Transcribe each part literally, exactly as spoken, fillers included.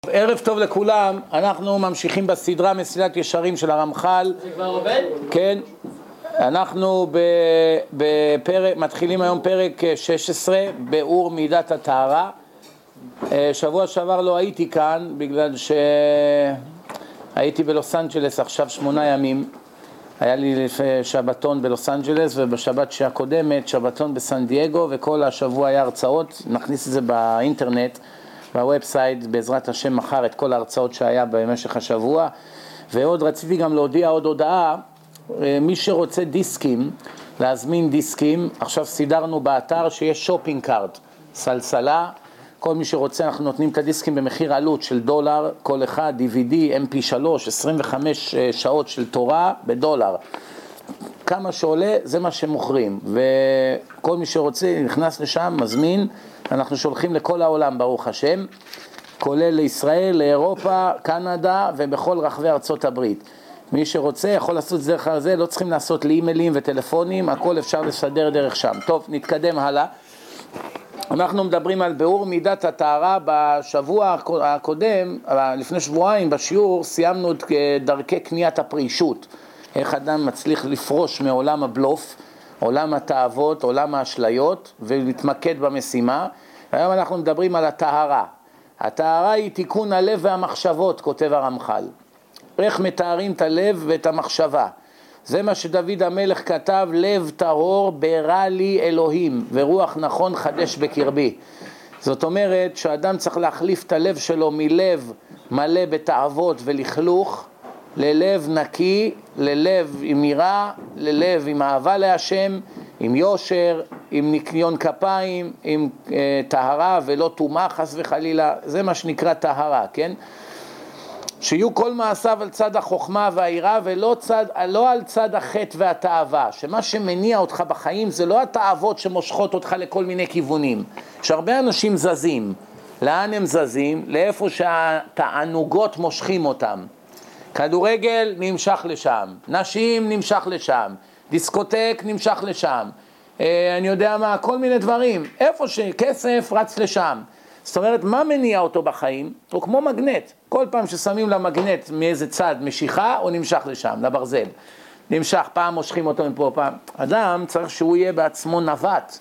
ערב טוב לכולם, אנחנו ממשיכים בסדרה מסילת ישרים של הרמח"ל. זה כבר עובד? כן, אנחנו בפרק, מתחילים היום פרק שש עשרה, באור מידת הטהרה. שבוע שעבר לא הייתי כאן בגלל שהייתי בלוס אנג'לס עכשיו שמונה ימים. היה לי שבתון בלוס אנג'לס, ובשבת שהקודמת שבתון בסן דייגו, וכל השבוע היה הרצאות. נכניס את זה באינטרנט בוובסייט בעזרת השם מחר את כל ההרצאות שהיה במשך השבוע. ועוד רציתי גם להודיע עוד הודעה, מי שרוצה דיסקים, להזמין דיסקים, עכשיו סידרנו באתר שיש שופינג קארט, סלסלה, כל מי שרוצה אנחנו נותנים את הדיסקים במחיר עלות של דולר, כל אחד, די וי די, אם פי שלוש, עשרים וחמש שעות של תורה בדולר. כמה שעולה זה מה שמוכרים, וכל מי שרוצה נכנס לשם, מזמין, אנחנו שולחים לכל העולם ברוך השם, כולל לישראל, לאירופה, קנדה ובכל רחבי ארצות הברית. מי שרוצה יכול לעשות את זה דרך הזה, לא צריכים לעשות לי אימיילים וטלפונים, הכל אפשר לסדר דרך שם. טוב, נתקדם הלאה. אנחנו מדברים על ביאור מידת הטהרה. בשבוע הקודם, לפני שבועיים בשיעור, סיימנו את דרכי קניית הפרישות. איך אדם מצליח לפרוש מעולם הבלוף, עולם התאוות, עולם האשליות, ולהתמקד במשימה. היום אנחנו מדברים על הטהרה. הטהרה היא תיקון הלב והמחשבות, כותב הרמח"ל. איך מתארים את הלב ואת המחשבה. זה מה שדוד המלך כתב, לב טהור ברא לי אלוהים, ורוח נכון חדש בקרבי. זאת אומרת שאדם צריך להחליף את הלב שלו מלב מלא בתאוות ולכלוך, ללב נקי, ללב עם יראה, ללב עם אהבה להשם, עם יושר, עם ניקיון כפיים, עם אה, טהרה ולא טומאה חס וחלילה. זה מה שנקרא טהרה, כן? שיהיו כל מעשיו על צד החוכמה והיראה ולא צד, לא על צד החטא והתאווה. שמה שמניע אותך בחיים זה לא התאוות שמושכות אותך לכל מיני כיוונים. שהרבה אנשים זזים. לאן הם זזים? לאיפה שהתענוגות מושכים אותם. כדורגל נמשך לשם, נשים נמשך לשם, דיסקוטק נמשך לשם, אה, אני יודע מה, כל מיני דברים, איפה שכסף רץ לשם. זאת אומרת, מה מניע אותו בחיים? הוא כמו מגנט, כל פעם ששמים למגנט מאיזה צד משיכה, הוא נמשך לשם, לברזל. נמשך, פעם מושכים אותו מפה, פעם. אדם צריך שהוא יהיה בעצמו נווט,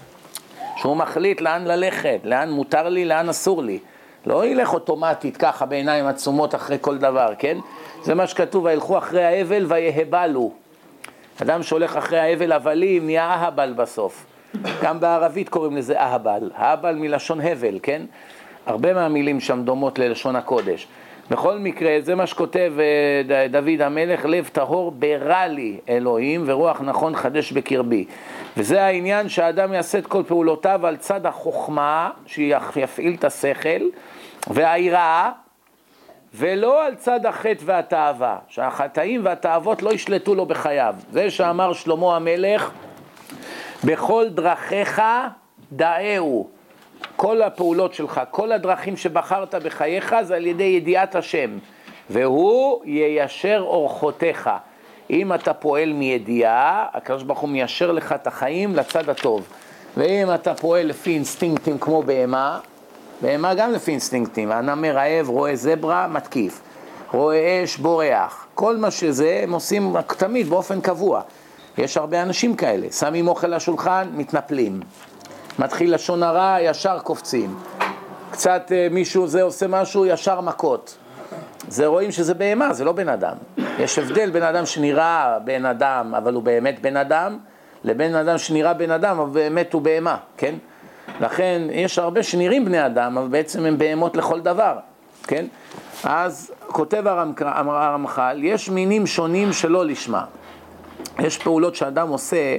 שהוא מחליט לאן ללכת, לאן מותר לי, לאן אסור לי. לא ילך אוטומטית ככה בעיניים עצומות אחרי כל דבר, כן? זה מה שכתוב, וילכו אחרי האבל ויהבלו. אדם שהולך אחרי האבל הבלים נהיה אהבל בסוף. גם בערבית קוראים לזה אהבל. אהבל מלשון הבל, כן? הרבה מהמילים שם דומות ללשון הקודש. בכל מקרה, זה מה שכותב דוד המלך, לב טהור ברא לי אלוהים ורוח נכון חדש בקרבי. וזה העניין שהאדם יעשה את כל פעולותיו על צד החוכמה, שיפעיל את השכל, והיראה, ולא על צד החטא והתאווה, שהחטאים והתאוות לא ישלטו לו בחייו. זה שאמר שלמה המלך, בכל דרכיך דאהו. כל הפעולות שלך, כל הדרכים שבחרת בחייך זה על ידי ידיעת השם, והוא יישר אורחותיך. אם אתה פועל מידיעה, הקדוש ברוך הוא מיישר לך את החיים לצד הטוב. ואם אתה פועל לפי אינסטינקטים כמו בהמה, בהמה גם לפי אינסטינקטים, הנמר רעב רואה זברה מתקיף, רואה אש בורח, כל מה שזה הם עושים תמיד באופן קבוע. יש הרבה אנשים כאלה, שמים אוכל לשולחן, מתנפלים. מתחיל לשון הרע, ישר קופצים. קצת מישהו זה עושה משהו, ישר מכות. זה רואים שזה בהמה, זה לא בן אדם. יש הבדל בין אדם שנראה בן אדם, אבל הוא באמת בן אדם, לבין אדם שנראה בן אדם, אבל באמת הוא בהמה, כן? לכן יש הרבה שנראים בני אדם, אבל בעצם הם בהמות לכל דבר, כן? אז כותב הרמח"ל, יש מינים שונים שלא לשמה. יש פעולות שאדם עושה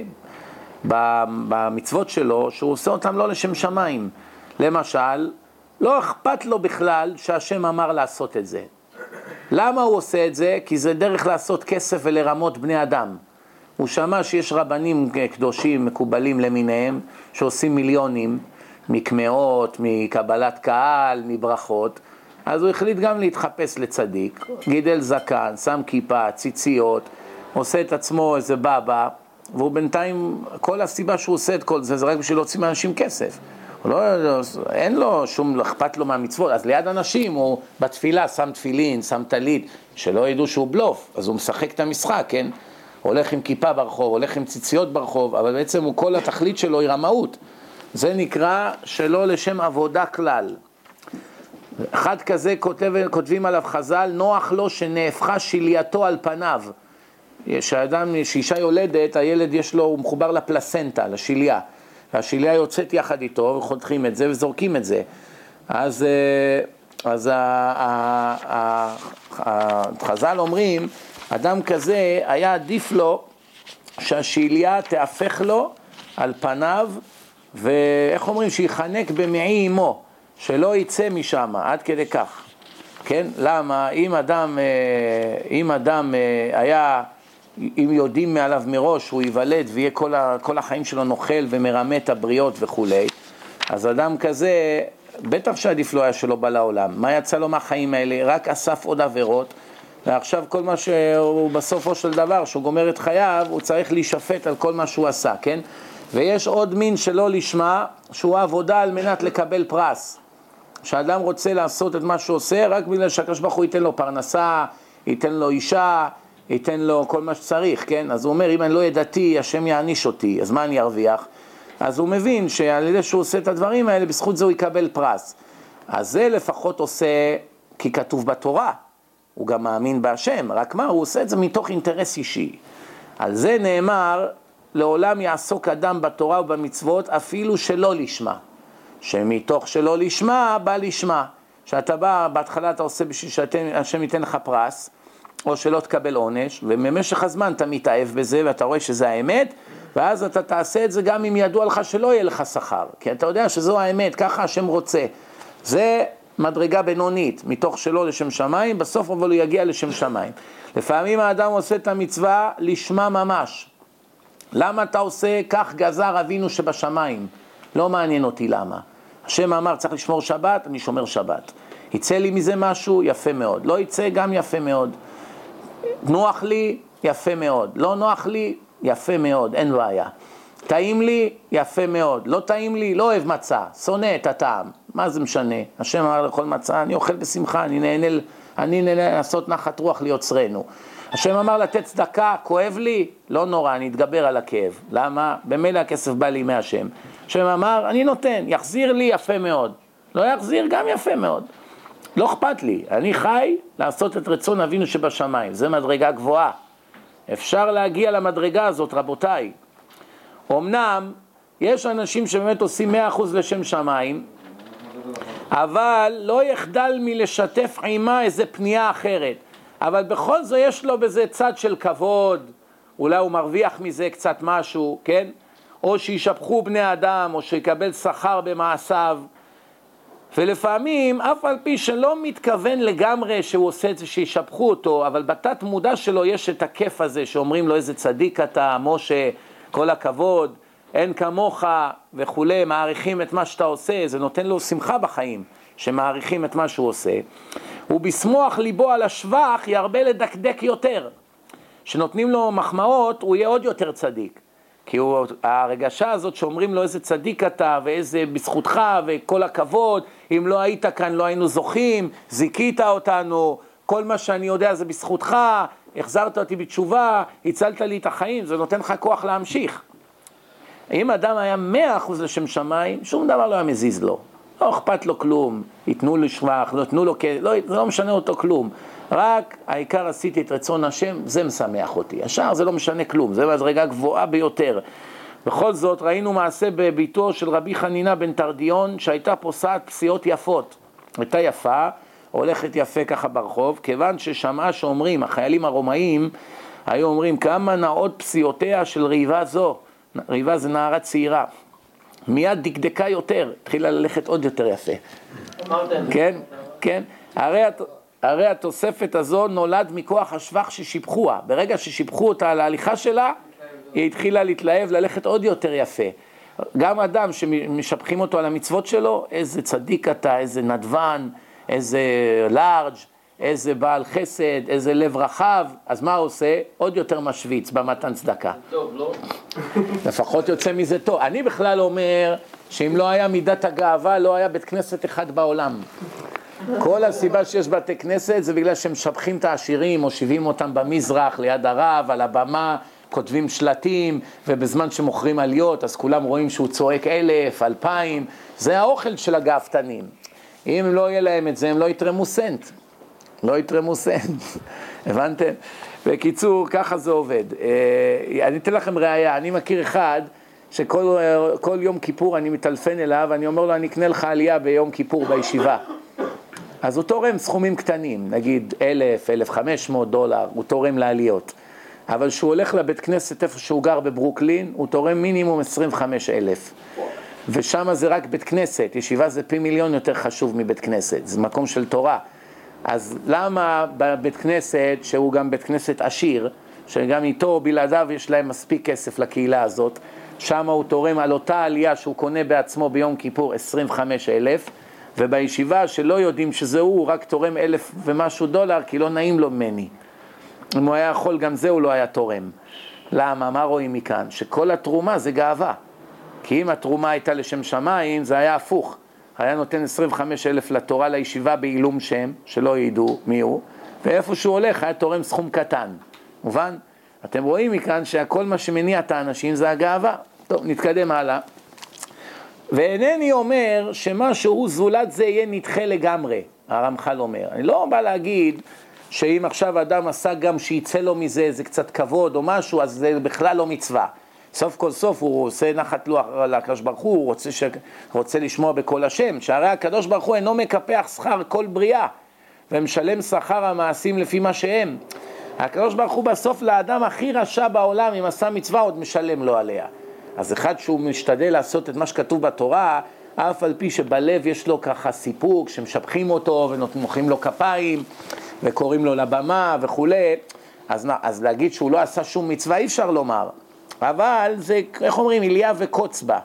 במצוות שלו, שהוא עושה אותם לא לשם שמיים. למשל, לא אכפת לו בכלל שהשם אמר לעשות את זה. למה הוא עושה את זה? כי זה דרך לעשות כסף ולרמות בני אדם. הוא שמע שיש רבנים קדושים מקובלים למיניהם, שעושים מיליונים מקמאות, מקבלת קהל, מברכות. אז הוא החליט גם להתחפש לצדיק, גידל זקן, שם כיפה, ציציות, עושה את עצמו איזה בבא, והוא בינתיים, כל הסיבה שהוא עושה את כל זה, זה רק בשביל להוציא מאנשים כסף. לא, לא, אין לו שום, אכפת לו מהמצוות, אז ליד אנשים הוא בתפילה שם תפילין, שם טלית, שלא ידעו שהוא בלוף, אז הוא משחק את המשחק, כן? הולך עם כיפה ברחוב, הולך עם ציציות ברחוב, אבל בעצם הוא, כל התכלית שלו היא רמאות. זה נקרא שלא לשם עבודה כלל. אחד כזה כותב, כותבים עליו חז"ל, נוח לו שנהפכה שלייתו על פניו. שאדם, שאישה יולדת, הילד יש לו, הוא מחובר לפלסנטה, לשליה. והשליה יוצאת יחד איתו, וחותכים את זה וזורקים את זה. אז, אז החז"ל אומרים, אדם כזה היה עדיף לו שהשליה תהפך לו על פניו, ואיך אומרים? שיחנק במעי אמו, שלא יצא משם, עד כדי כך. כן? למה? אם אדם, אם אדם היה, אם יודעים מעליו מראש, הוא ייוולד ויהיה כל, ה, כל החיים שלו נוכל ומרמה את הבריות וכו', אז אדם כזה, בטח שעדיף לא היה שלא בא לעולם. מה יצא לו מהחיים האלה? רק אסף עוד עבירות, ועכשיו כל מה שהוא בסופו של דבר, שהוא גומר את חייו, הוא צריך להישפט על כל מה שהוא עשה, כן? ויש עוד מין שלא לשמה, שהוא עבודה על מנת לקבל פרס. שאדם רוצה לעשות את מה שהוא עושה, רק בגלל שהקדוש ברוך הוא ייתן לו פרנסה, ייתן לו אישה, ייתן לו כל מה שצריך, כן? אז הוא אומר, אם אני לא ידעתי, השם יעניש אותי, אז מה אני ארוויח? אז הוא מבין שעל ידי שהוא עושה את הדברים האלה, בזכות זה הוא יקבל פרס. אז זה לפחות עושה, כי כתוב בתורה, הוא גם מאמין בהשם, רק מה? הוא עושה את זה מתוך אינטרס אישי. על זה נאמר, לעולם יעסוק אדם בתורה ובמצוות, אפילו שלא לשמה. שמתוך שלא לשמה, בא לשמה. שאתה בא, בהתחלה אתה עושה בשביל שהשם ייתן לך פרס, או שלא תקבל עונש, ובמשך הזמן אתה מתאהב בזה, ואתה רואה שזה האמת, ואז אתה תעשה את זה גם אם ידוע לך שלא יהיה לך שכר, כי אתה יודע שזו האמת, ככה השם רוצה. זה מדרגה בינונית, מתוך שלא לשם שמיים, בסוף אבל הוא יגיע לשם שמיים. לפעמים האדם עושה את המצווה לשמה ממש. למה אתה עושה? כך גזר אבינו שבשמיים. לא מעניין אותי למה. השם אמר צריך לשמור שבת, אני שומר שבת. יצא לי מזה משהו, יפה מאוד. לא יצא גם יפה מאוד. נוח לי, יפה מאוד. לא נוח לי, יפה מאוד, אין בעיה. טעים לי, יפה מאוד. לא טעים לי, לא אוהב מצה, שונא את הטעם. מה זה משנה? השם אמר לכל מצה, אני אוכל בשמחה, אני נהנה, אני נהנה לעשות נחת רוח ליוצרנו. השם אמר לתת צדקה, כואב לי, לא נורא, אני אתגבר על הכאב. למה? במילא הכסף בא לי מהשם. השם אמר, אני נותן, יחזיר לי יפה מאוד. לא יחזיר, גם יפה מאוד. לא אכפת לי, אני חי לעשות את רצון אבינו שבשמיים. זה מדרגה גבוהה. אפשר להגיע למדרגה הזאת, רבותיי. אמנם, יש אנשים שבאמת עושים מאה אחוז לשם שמיים, אבל לא יחדל מלשתף עימה איזה פנייה אחרת. אבל בכל זאת יש לו בזה צד של כבוד, אולי הוא מרוויח מזה קצת משהו, כן? או שישפחו בני אדם, או שיקבל שכר במעשיו. ולפעמים, אף על פי שלא מתכוון לגמרי שהוא עושה את זה שישפחו אותו, אבל בתת מודע שלו יש את הכיף הזה, שאומרים לו איזה צדיק אתה, משה, כל הכבוד, אין כמוך וכו', מעריכים את מה שאתה עושה, זה נותן לו שמחה בחיים, שמעריכים את מה שהוא עושה. ובשמוח ליבו על השבח ירבה לדקדק יותר. שנותנים לו מחמאות, הוא יהיה עוד יותר צדיק. כי הוא, הרגשה הזאת שאומרים לו איזה צדיק אתה ואיזה בזכותך וכל הכבוד, אם לא היית כאן לא היינו זוכים, זיקית אותנו, כל מה שאני יודע זה בזכותך, החזרת אותי בתשובה, הצלת לי את החיים, זה נותן לך כוח להמשיך. אם אדם היה מאה אחוז לשם שמיים, שום דבר לא היה מזיז לו. לא אכפת לו כלום, ייתנו לו שבח, לא ייתנו לו, לא, זה לא משנה אותו כלום. רק העיקר עשיתי את רצון השם, זה משמח אותי. השאר זה לא משנה כלום, זה מדרגה גבוהה ביותר. בכל זאת ראינו מעשה בביתו של רבי חנינה בן תרדיון, שהייתה פוסעת פסיעות יפות. הייתה יפה, הולכת יפה ככה ברחוב, כיוון ששמעה שאומרים, החיילים הרומאים, היו אומרים, כמה נאות פסיעותיה של ריבה זו. ריבה זה נערה צעירה. מיד דקדקה יותר, התחילה ללכת עוד יותר יפה. כן, כן. הרי, הרי התוספת הזו נולד מכוח השבח ששיבחוה. ברגע ששיבחו אותה על ההליכה שלה, היא התחילה להתלהב, ללכת עוד יותר יפה. גם אדם שמשבחים אותו על המצוות שלו, איזה צדיק אתה, איזה נדבן, איזה לארג', איזה בעל חסד, איזה לב רחב, אז מה עושה? עוד יותר משוויץ במתן צדקה. טוב, לא? לפחות יוצא מזה טוב. אני בכלל אומר שאם לא היה מידת הגאווה, לא היה בית כנסת אחד בעולם. כל הסיבה שיש בתי כנסת זה בגלל שהם משבחים את העשירים, מושיבים אותם במזרח, ליד הרב, על הבמה, כותבים שלטים, ובזמן שמוכרים עליות, אז כולם רואים שהוא צועק אלף, אלפיים, זה האוכל של הגאוותנים. אם לא יהיה להם את זה, הם לא יתרמו סנט. לא יתרמו סנט. הבנתם? בקיצור, ככה זה עובד. אני אתן לכם ראייה, אני מכיר אחד, שכל כל יום כיפור אני מטלפן אליו, אני אומר לו, אני אקנה לך עלייה ביום כיפור בישיבה. אז הוא תורם סכומים קטנים, נגיד אלף, אלף חמש מאות דולר, הוא תורם לעליות. אבל כשהוא הולך לבית כנסת איפה שהוא גר בברוקלין, הוא תורם מינימום עשרים וחמישה אלף. ושם זה רק בית כנסת, ישיבה זה פי מיליון יותר חשוב מבית כנסת, זה מקום של תורה. אז למה בבית כנסת, שהוא גם בית כנסת עשיר, שגם איתו בלעדיו יש להם מספיק כסף לקהילה הזאת, שם הוא תורם על אותה עלייה שהוא קונה בעצמו ביום כיפור עשרים וחמישה אלף, ובישיבה שלא יודעים שזה הוא, הוא רק תורם אלף ומשהו דולר, כי לא נעים לו ממני. אם הוא היה יכול, גם זה הוא לא היה תורם. למה? מה רואים מכאן? שכל התרומה זה גאווה. כי אם התרומה הייתה לשם שמיים, זה היה הפוך. היה נותן עשרים וחמישה אלף לתורה לישיבה בעילום שם, שלא ידעו מי הוא, ואיפה שהוא הולך היה תורם סכום קטן. מובן? אתם רואים מכאן שהכל מה שמניע את האנשים זה הגאווה. טוב, נתקדם הלאה. ואינני אומר שמשהו זולת זה יהיה נדחה לגמרי, הרמח"ל אומר. אני לא בא להגיד שאם עכשיו אדם עשה גם שיצא לו מזה, זה קצת כבוד או משהו, אז זה בכלל לא מצווה. סוף כל סוף הוא עושה נחת לוח לקדוש ברוך הוא, הוא רוצה, ש... רוצה לשמוע בכל השם, שהרי הקדוש ברוך הוא אינו מקפח שכר כל בריאה, ומשלם שכר המעשים לפי מה שהם. הקדוש ברוך הוא בסוף לאדם הכי רשע בעולם, אם עשה מצווה עוד משלם לו עליה. אז אחד שהוא משתדל לעשות את מה שכתוב בתורה, אף על פי שבלב יש לו ככה סיפוק, שמשבחים אותו ונותנים לו כפיים, וקוראים לו לבמה וכו', אז, אז להגיד שהוא לא עשה שום מצווה אי אפשר לומר. אבל זה, איך אומרים, אליה וקוץ בה.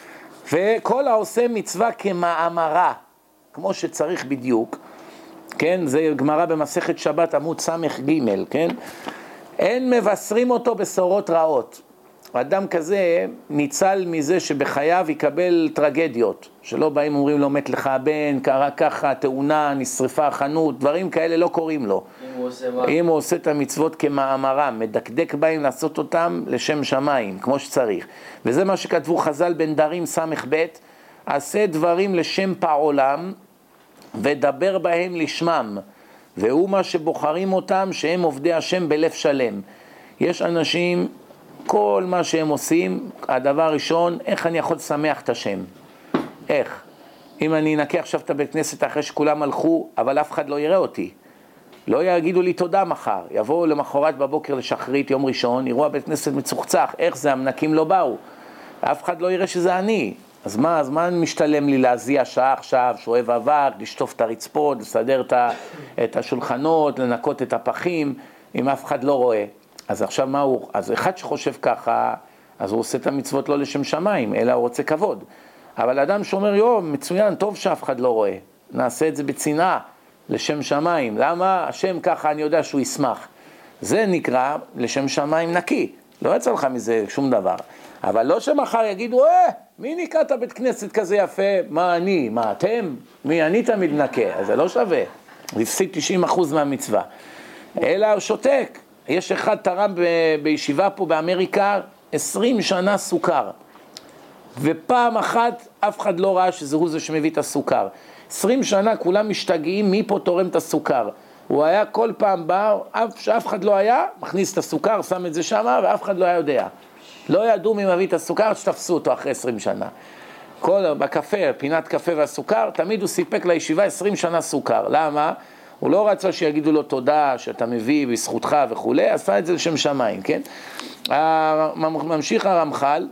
וכל העושה מצווה כמאמרה, כמו שצריך בדיוק, כן? זה גמרא במסכת שבת עמוד סמך ג', כן? אין מבשרים אותו בשורות רעות. אדם כזה ניצל מזה שבחייו יקבל טרגדיות, שלא באים אומרים לו מת לך הבן, קרה ככה, תאונה, נשרפה החנות, דברים כאלה לא קוראים לו. אם הוא עושה, אם הוא עושה את המצוות כמאמרם, מדקדק בהם לעשות אותם לשם שמיים, כמו שצריך. וזה מה שכתבו חז"ל בן דרים סמך ב', עשה דברים לשם פעולם ודבר בהם לשמם, והוא מה שבוחרים אותם שהם עובדי השם בלב שלם. יש אנשים, כל מה שהם עושים, הדבר הראשון, איך אני יכול לשמח את השם? איך? אם אני אנקה עכשיו את הבית כנסת אחרי שכולם הלכו, אבל אף אחד לא יראה אותי. לא יגידו לי תודה מחר. יבואו למחרת בבוקר לשחרית, יום ראשון, יראו הבית כנסת מצוחצח. איך זה? המנקים לא באו. אף אחד לא יראה שזה אני. אז מה, אז מה משתלם לי להזיע שעה עכשיו, שואב אבק, לשטוף את הרצפות, לסדר את השולחנות, לנקות את הפחים, אם אף אחד לא רואה. אז עכשיו מה הוא? אז אחד שחושב ככה, אז הוא עושה את המצוות לא לשם שמיים, אלא הוא רוצה כבוד. אבל אדם שאומר, יו, מצוין, טוב שאף אחד לא רואה. נעשה את זה בצנעה, לשם שמיים. למה? השם ככה, אני יודע שהוא ישמח. זה נקרא לשם שמיים נקי. לא יצא לך מזה שום דבר. אבל לא שמחר יגידו, אה, מי ניקה את הבית כנסת כזה יפה? מה אני? מה אתם? מי אני תמיד נקה? אז זה לא שווה. הוא הפסיד תשעים אחוז מהמצווה. אלא הוא שותק. יש אחד תרם ב- בישיבה פה באמריקה עשרים שנה סוכר. ופעם אחת אף אחד לא ראה שזה הוא זה שמביא את הסוכר. עשרים שנה כולם משתגעים מי פה תורם את הסוכר. הוא היה כל פעם בא, אף, שאף אחד לא היה, מכניס את הסוכר, שם את זה שם, ואף אחד לא היה יודע. לא ידעו מי מביא את הסוכר, שתפסו אותו אחרי עשרים שנה. כל, בקפה, פינת קפה והסוכר, תמיד הוא סיפק לישיבה עשרים שנה סוכר. למה? הוא לא רצה שיגידו לו תודה שאתה מביא בזכותך וכו', עשה את זה לשם שמיים, כן? ממשיך הרמח"ל,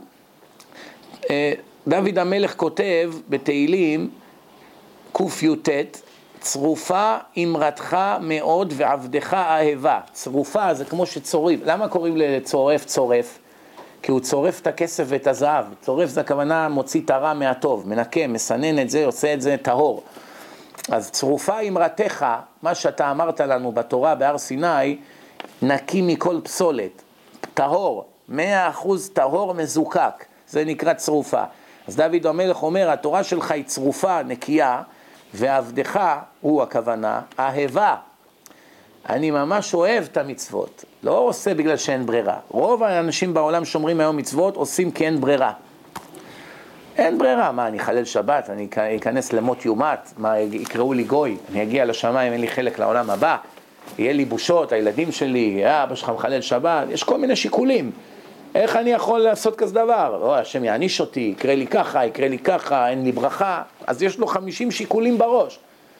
דוד המלך כותב בתהילים ק"ט, צרופה אמרתך מאוד ועבדך אהבה. צרופה זה כמו שצורף. למה קוראים לצורף צורף? כי הוא צורף את הכסף ואת הזהב. צורף זה הכוונה מוציא את הרע מהטוב, מנקה, מסנן את זה, עושה את זה טהור. אז צרופה אמרתך, מה שאתה אמרת לנו בתורה בהר סיני, נקי מכל פסולת, טהור, מאה אחוז טהור מזוקק, זה נקרא צרופה. אז דוד המלך אומר, התורה שלך היא צרופה, נקייה, ועבדך, הוא הכוונה, אהבה. אני ממש אוהב את המצוות, לא עושה בגלל שאין ברירה. רוב האנשים בעולם שומרים היום מצוות, עושים כי אין ברירה. אין ברירה, מה, אני חלל שבת, אני אכנס למות יומת, מה, יקראו לי גוי, אני אגיע לשמיים, אין לי חלק לעולם הבא, יהיה לי בושות, הילדים שלי, אבא שלך מחלל שבת, יש כל מיני שיקולים. איך אני יכול לעשות כזה דבר? או, השם יעניש אותי, יקרה לי ככה, יקרה לי ככה, אין לי ברכה, אז יש לו חמישים שיקולים בראש.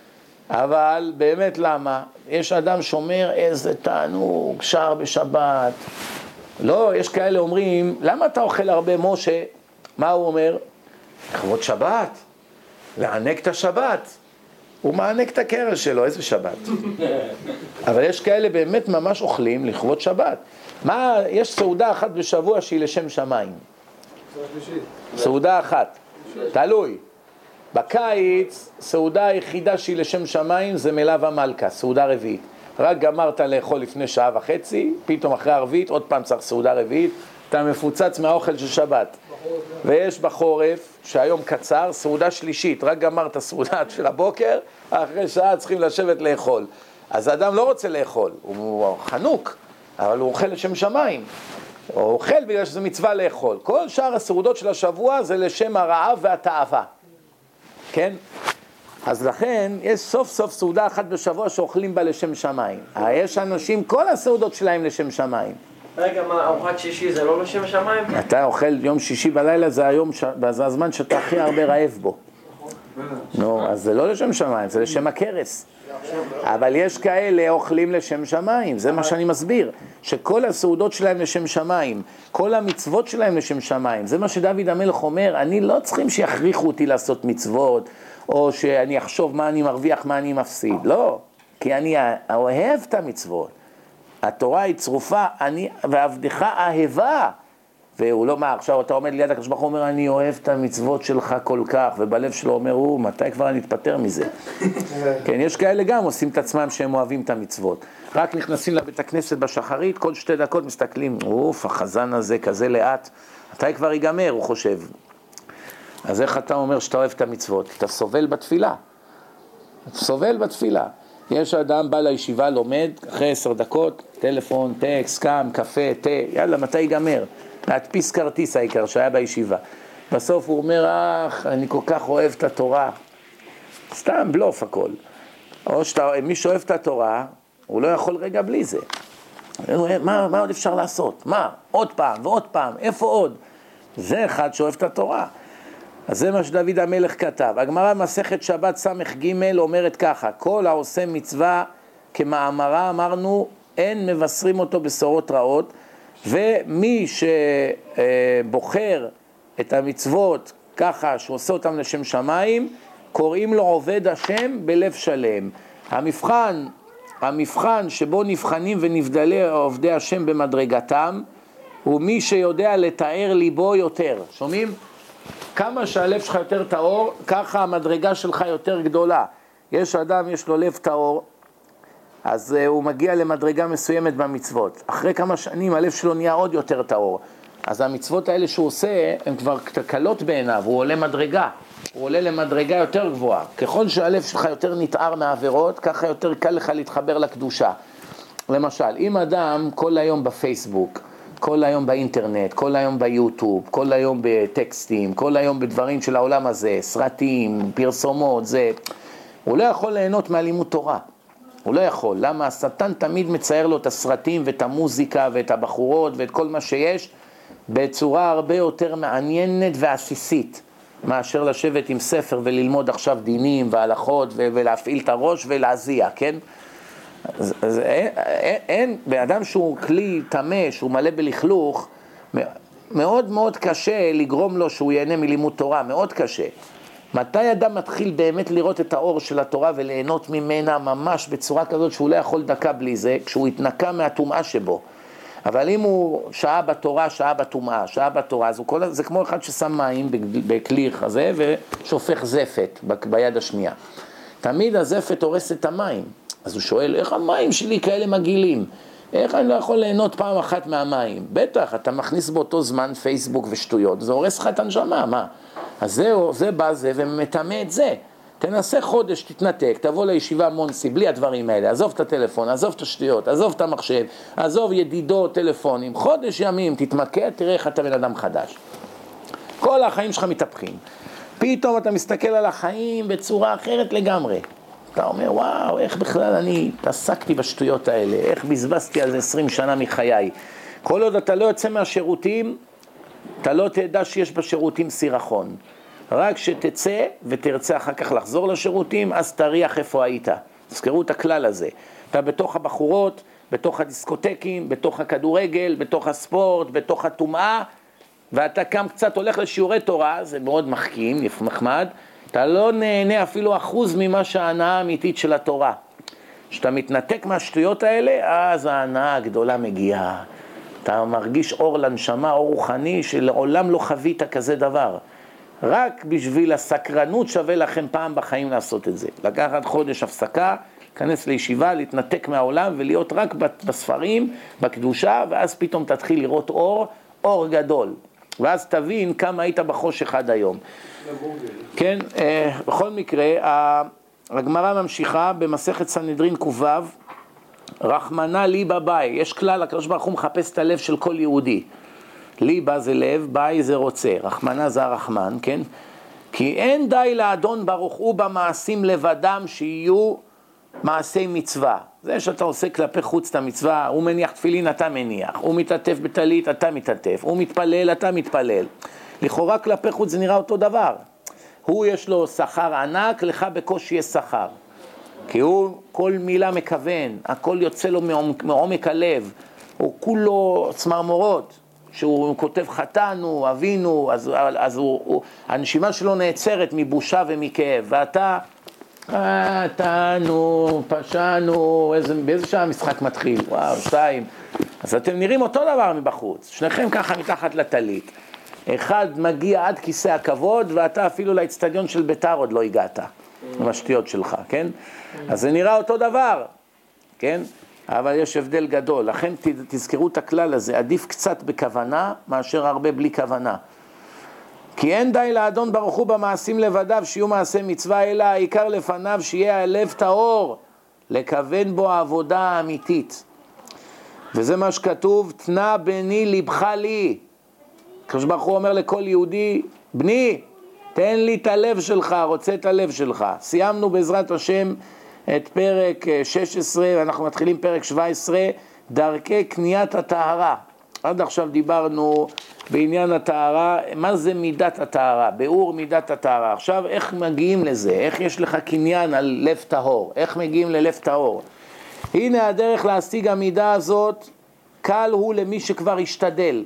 אבל באמת למה? יש אדם שאומר איזה תענוג, שר בשבת. לא, יש כאלה אומרים, למה אתה אוכל הרבה משה? מה הוא אומר? לכבוד שבת, לענק את השבת. הוא מענק את הקרש שלו, איזה שבת. אבל יש כאלה באמת ממש אוכלים לכבוד שבת. מה, יש סעודה אחת בשבוע שהיא לשם שמיים. סעודה אחת, תלוי. בקיץ, סעודה היחידה שהיא לשם שמיים זה מלאו המלכה, סעודה רביעית. רק גמרת לאכול לפני שעה וחצי, פתאום אחרי הרביעית, עוד פעם צריך סעודה רביעית, אתה מפוצץ מהאוכל של שבת. ויש בחורף, שהיום קצר, סעודה שלישית, רק גמרת סעודה של הבוקר, אחרי שעה צריכים לשבת לאכול. אז האדם לא רוצה לאכול, הוא חנוק, אבל הוא אוכל לשם שמיים. הוא אוכל בגלל שזה מצווה לאכול. כל שאר הסעודות של השבוע זה לשם הרעב והתאווה. כן? אז לכן יש סוף סוף סעודה אחת בשבוע שאוכלים בה לשם שמיים. יש אנשים, כל הסעודות שלהם לשם שמיים. רגע, מה, ארוחת שישי זה לא לשם שמיים? אתה אוכל יום שישי בלילה, זה היום, זה הזמן שאתה הכי הרבה רעב בו. נו, אז זה לא לשם שמיים, זה לשם הכרס. אבל יש כאלה אוכלים לשם שמיים, זה מה שאני מסביר, שכל הסעודות שלהם לשם שמיים, כל המצוות שלהם לשם שמיים, זה מה שדוד המלך אומר, אני לא צריכים שיכריחו אותי לעשות מצוות, או שאני אחשוב מה אני מרוויח, מה אני מפסיד, לא, כי אני אוהב את המצוות, התורה היא צרופה, אני ועבדך אהבה, והוא לא מה, עכשיו אתה עומד ליד הקדוש ברוך הוא אומר, אני אוהב את המצוות שלך כל כך, ובלב שלו אומר, הוא, מתי כבר אני אתפטר מזה? כן, יש כאלה גם עושים את עצמם שהם אוהבים את המצוות. רק נכנסים לבית הכנסת בשחרית, כל שתי דקות מסתכלים, אוף, החזן הזה כזה לאט, מתי כבר ייגמר, הוא חושב. אז איך אתה אומר שאתה אוהב את המצוות? אתה סובל בתפילה. אתה סובל בתפילה. יש אדם בא לישיבה, לומד, אחרי עשר דקות, טלפון, טקסט, קם, קפה, תה, יאללה, מתי ייגמר? להדפיס כרטיס העיקר שהיה בישיבה. בסוף הוא אומר, אך, אני כל כך אוהב את התורה. סתם בלוף הכל. או שאתה, מי שאוהב את התורה, הוא לא יכול רגע בלי זה. מה, מה עוד אפשר לעשות? מה? עוד פעם ועוד פעם, איפה עוד? זה אחד שאוהב את התורה. אז זה מה שדוד המלך כתב. הגמרא מסכת שבת סמך ג' אומרת ככה, כל העושה מצווה כמאמרה, אמרנו, אין מבשרים אותו בשורות רעות, ומי שבוחר את המצוות ככה שעושה אותם לשם שמיים, קוראים לו עובד השם בלב שלם. המבחן, המבחן שבו נבחנים ונבדלי עובדי השם במדרגתם, הוא מי שיודע לתאר ליבו יותר. שומעים? כמה שהלב שלך יותר טהור, ככה המדרגה שלך יותר גדולה. יש אדם, יש לו לב טהור, אז uh, הוא מגיע למדרגה מסוימת במצוות. אחרי כמה שנים הלב שלו נהיה עוד יותר טהור. אז המצוות האלה שהוא עושה, הן כבר קלות בעיניו, הוא עולה מדרגה. הוא עולה למדרגה יותר גבוהה. ככל שהלב שלך יותר נתאר מעבירות, ככה יותר קל לך להתחבר לקדושה. למשל, אם אדם כל היום בפייסבוק, כל היום באינטרנט, כל היום ביוטיוב, כל היום בטקסטים, כל היום בדברים של העולם הזה, סרטים, פרסומות, זה, הוא לא יכול ליהנות מהלימוד תורה. הוא לא יכול. למה? השטן תמיד מצייר לו את הסרטים ואת המוזיקה ואת הבחורות ואת כל מה שיש בצורה הרבה יותר מעניינת ועסיסית, מאשר לשבת עם ספר וללמוד עכשיו דינים והלכות ולהפעיל את הראש ולהזיע, כן? אז, אז אין, אין, באדם שהוא כלי תמה, שהוא מלא בלכלוך, מאוד מאוד קשה לגרום לו שהוא ייהנה מלימוד תורה, מאוד קשה. מתי אדם מתחיל באמת לראות את האור של התורה וליהנות ממנה ממש בצורה כזאת שהוא לא יכול דקה בלי זה, כשהוא התנקה מהטומאה שבו. אבל אם הוא שעה בתורה, שעה בטומאה, שעה בתורה, אז הוא כל, זה כמו אחד ששם מים בכלי הזה ושופך זפת ביד השנייה. תמיד הזפת הורס את המים. אז הוא שואל, איך המים שלי כאלה מגעילים? איך אני לא יכול ליהנות פעם אחת מהמים? בטח, אתה מכניס באותו זמן פייסבוק ושטויות, זה הורס לך את הנשמה, מה? אז זה, זה בא זה ומטמא את זה. תנסה חודש, תתנתק, תבוא לישיבה מונסי, בלי הדברים האלה, עזוב את הטלפון, עזוב את השטויות, עזוב את המחשב, עזוב ידידות, טלפונים, חודש ימים, תתמקד, תראה איך אתה בן אדם חדש. כל החיים שלך מתהפכים. פתאום אתה מסתכל על החיים בצורה אחרת לגמרי. אתה אומר, וואו, איך בכלל אני התעסקתי בשטויות האלה, איך בזבזתי על זה עשרים שנה מחיי. כל עוד אתה לא יוצא מהשירותים, אתה לא תדע שיש בשירותים סירחון. רק שתצא ותרצה אחר כך לחזור לשירותים, אז תריח איפה היית. תזכרו את הכלל הזה. אתה בתוך הבחורות, בתוך הדיסקוטקים, בתוך הכדורגל, בתוך הספורט, בתוך הטומאה, ואתה קם קצת הולך לשיעורי תורה, זה מאוד מחכים, מחמד, אתה לא נהנה אפילו אחוז ממה שההנאה האמיתית של התורה. כשאתה מתנתק מהשטויות האלה, אז ההנאה הגדולה מגיעה. אתה מרגיש אור לנשמה, אור רוחני, שלעולם לא חווית כזה דבר. רק בשביל הסקרנות שווה לכם פעם בחיים לעשות את זה. לקחת חודש הפסקה, להיכנס לישיבה, להתנתק מהעולם ולהיות רק בספרים, בקדושה, ואז פתאום תתחיל לראות אור, אור גדול. ואז תבין כמה היית בחושך עד היום. כן, בכל מקרה, הגמרא ממשיכה במסכת סנהדרין ק"ו, רחמנא ליבא באי. יש כלל, הקדוש ברוך הוא מחפש את הלב של כל יהודי. ליבא זה לב, באי זה רוצה, רחמנא זה הרחמן, כן? כי אין די לאדון ברוך הוא במעשים לבדם שיהיו מעשי מצווה. זה שאתה עושה כלפי חוץ את המצווה, הוא מניח תפילין, אתה מניח, הוא מתעטף בטלית, אתה מתעטף, הוא מתפלל, אתה מתפלל. לכאורה כלפי חוץ זה נראה אותו דבר. הוא יש לו שכר ענק, לך בקושי יש שכר. כי הוא כל מילה מכוון, הכל יוצא לו מעומק הלב, הוא כולו צמרמורות. שהוא כותב חטאנו, אבינו, אז, אז הוא, הוא, הנשימה שלו נעצרת מבושה ומכאב, ואתה, חטאנו, פשענו, איזה, באיזה שעה המשחק מתחיל? וואו, שתיים. אז אתם נראים אותו דבר מבחוץ, שניכם ככה מתחת לטלית. אחד מגיע עד כיסא הכבוד, ואתה אפילו לאצטדיון של ביתר עוד לא הגעת, עם השטויות שלך, כן? אז זה נראה אותו דבר, כן? אבל יש הבדל גדול, לכן תזכרו את הכלל הזה, עדיף קצת בכוונה מאשר הרבה בלי כוונה. כי אין די לאדון ברוך הוא במעשים לבדיו שיהיו מעשי מצווה, אלא העיקר לפניו שיהיה הלב טהור, לכוון בו העבודה האמיתית. וזה מה שכתוב, תנה בני לבך לי. הקדוש ברוך הוא אומר לכל יהודי, בני, תן לי את הלב שלך, רוצה את הלב שלך. סיימנו בעזרת השם את פרק שש עשרה, ואנחנו מתחילים פרק שבע עשרה, דרכי קניית הטהרה. עד עכשיו דיברנו בעניין הטהרה, מה זה מידת הטהרה, ביאור מידת הטהרה. עכשיו איך מגיעים לזה, איך יש לך קניין על לב טהור, איך מגיעים ללב טהור. הנה הדרך להשיג המידה הזאת, קל הוא למי שכבר השתדל,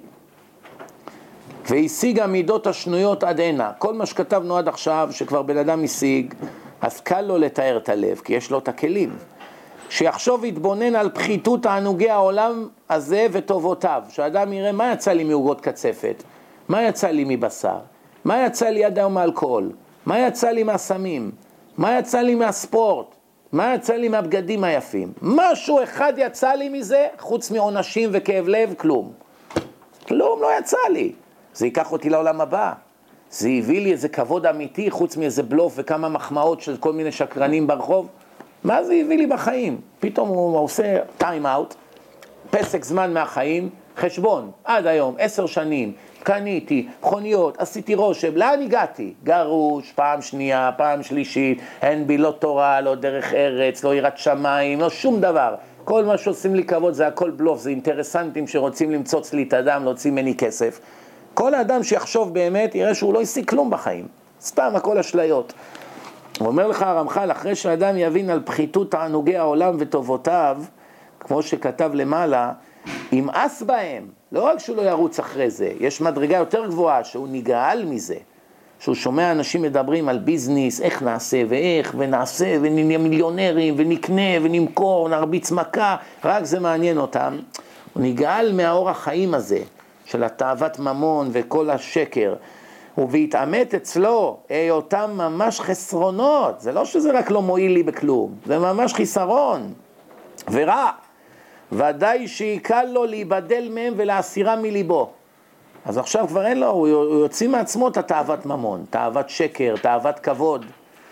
והשיג המידות השנויות עד הנה. כל מה שכתבנו עד עכשיו, שכבר בן אדם השיג, אז קל לו לתאר את הלב, כי יש לו את הכלים. שיחשוב ויתבונן על פחיתות תענוגי העולם הזה וטובותיו. שאדם יראה מה יצא לי מעוגות קצפת, מה יצא לי מבשר, מה יצא לי עד היום מאלכוהול, מה יצא לי מהסמים, מה יצא לי מהספורט, מה יצא לי מהבגדים היפים. משהו אחד יצא לי מזה, חוץ מעונשים וכאב לב, כלום. כלום לא יצא לי. זה ייקח אותי לעולם הבא. זה הביא לי איזה כבוד אמיתי, חוץ מאיזה בלוף וכמה מחמאות של כל מיני שקרנים ברחוב. מה זה הביא לי בחיים? פתאום הוא עושה טיים אאוט, פסק זמן מהחיים, חשבון, עד היום, עשר שנים, קניתי, מכוניות, עשיתי רושם, לאן הגעתי? גרוש, פעם שנייה, פעם שלישית, אין בי לא תורה, לא דרך ארץ, לא יראת שמיים, לא שום דבר. כל מה שעושים לי כבוד זה הכל בלוף, זה אינטרסנטים שרוצים למצוץ לי את הדם, להוציא ממני כסף. כל האדם שיחשוב באמת יראה שהוא לא ישיג כלום בחיים, סתם הכל אשליות. הוא אומר לך הרמח"ל, אחרי שאדם יבין על פחיתות תענוגי העולם וטובותיו, כמו שכתב למעלה, ימאס בהם, לא רק שהוא לא ירוץ אחרי זה, יש מדרגה יותר גבוהה שהוא נגעל מזה, שהוא שומע אנשים מדברים על ביזניס, איך נעשה ואיך ונעשה ונהיה מיליונרים ונקנה ונמכור ונרביץ מכה, רק זה מעניין אותם. הוא נגעל מהאור החיים הזה, של התאוות ממון וכל השקר. ובהתאמת אצלו היותם ממש חסרונות, זה לא שזה רק לא מועיל לי בכלום, זה ממש חיסרון ורע, ודאי שיקל לו להיבדל מהם ולהסירה מליבו. אז עכשיו כבר אין לו, הוא יוציא מעצמו את התאוות ממון, תאוות שקר, תאוות כבוד.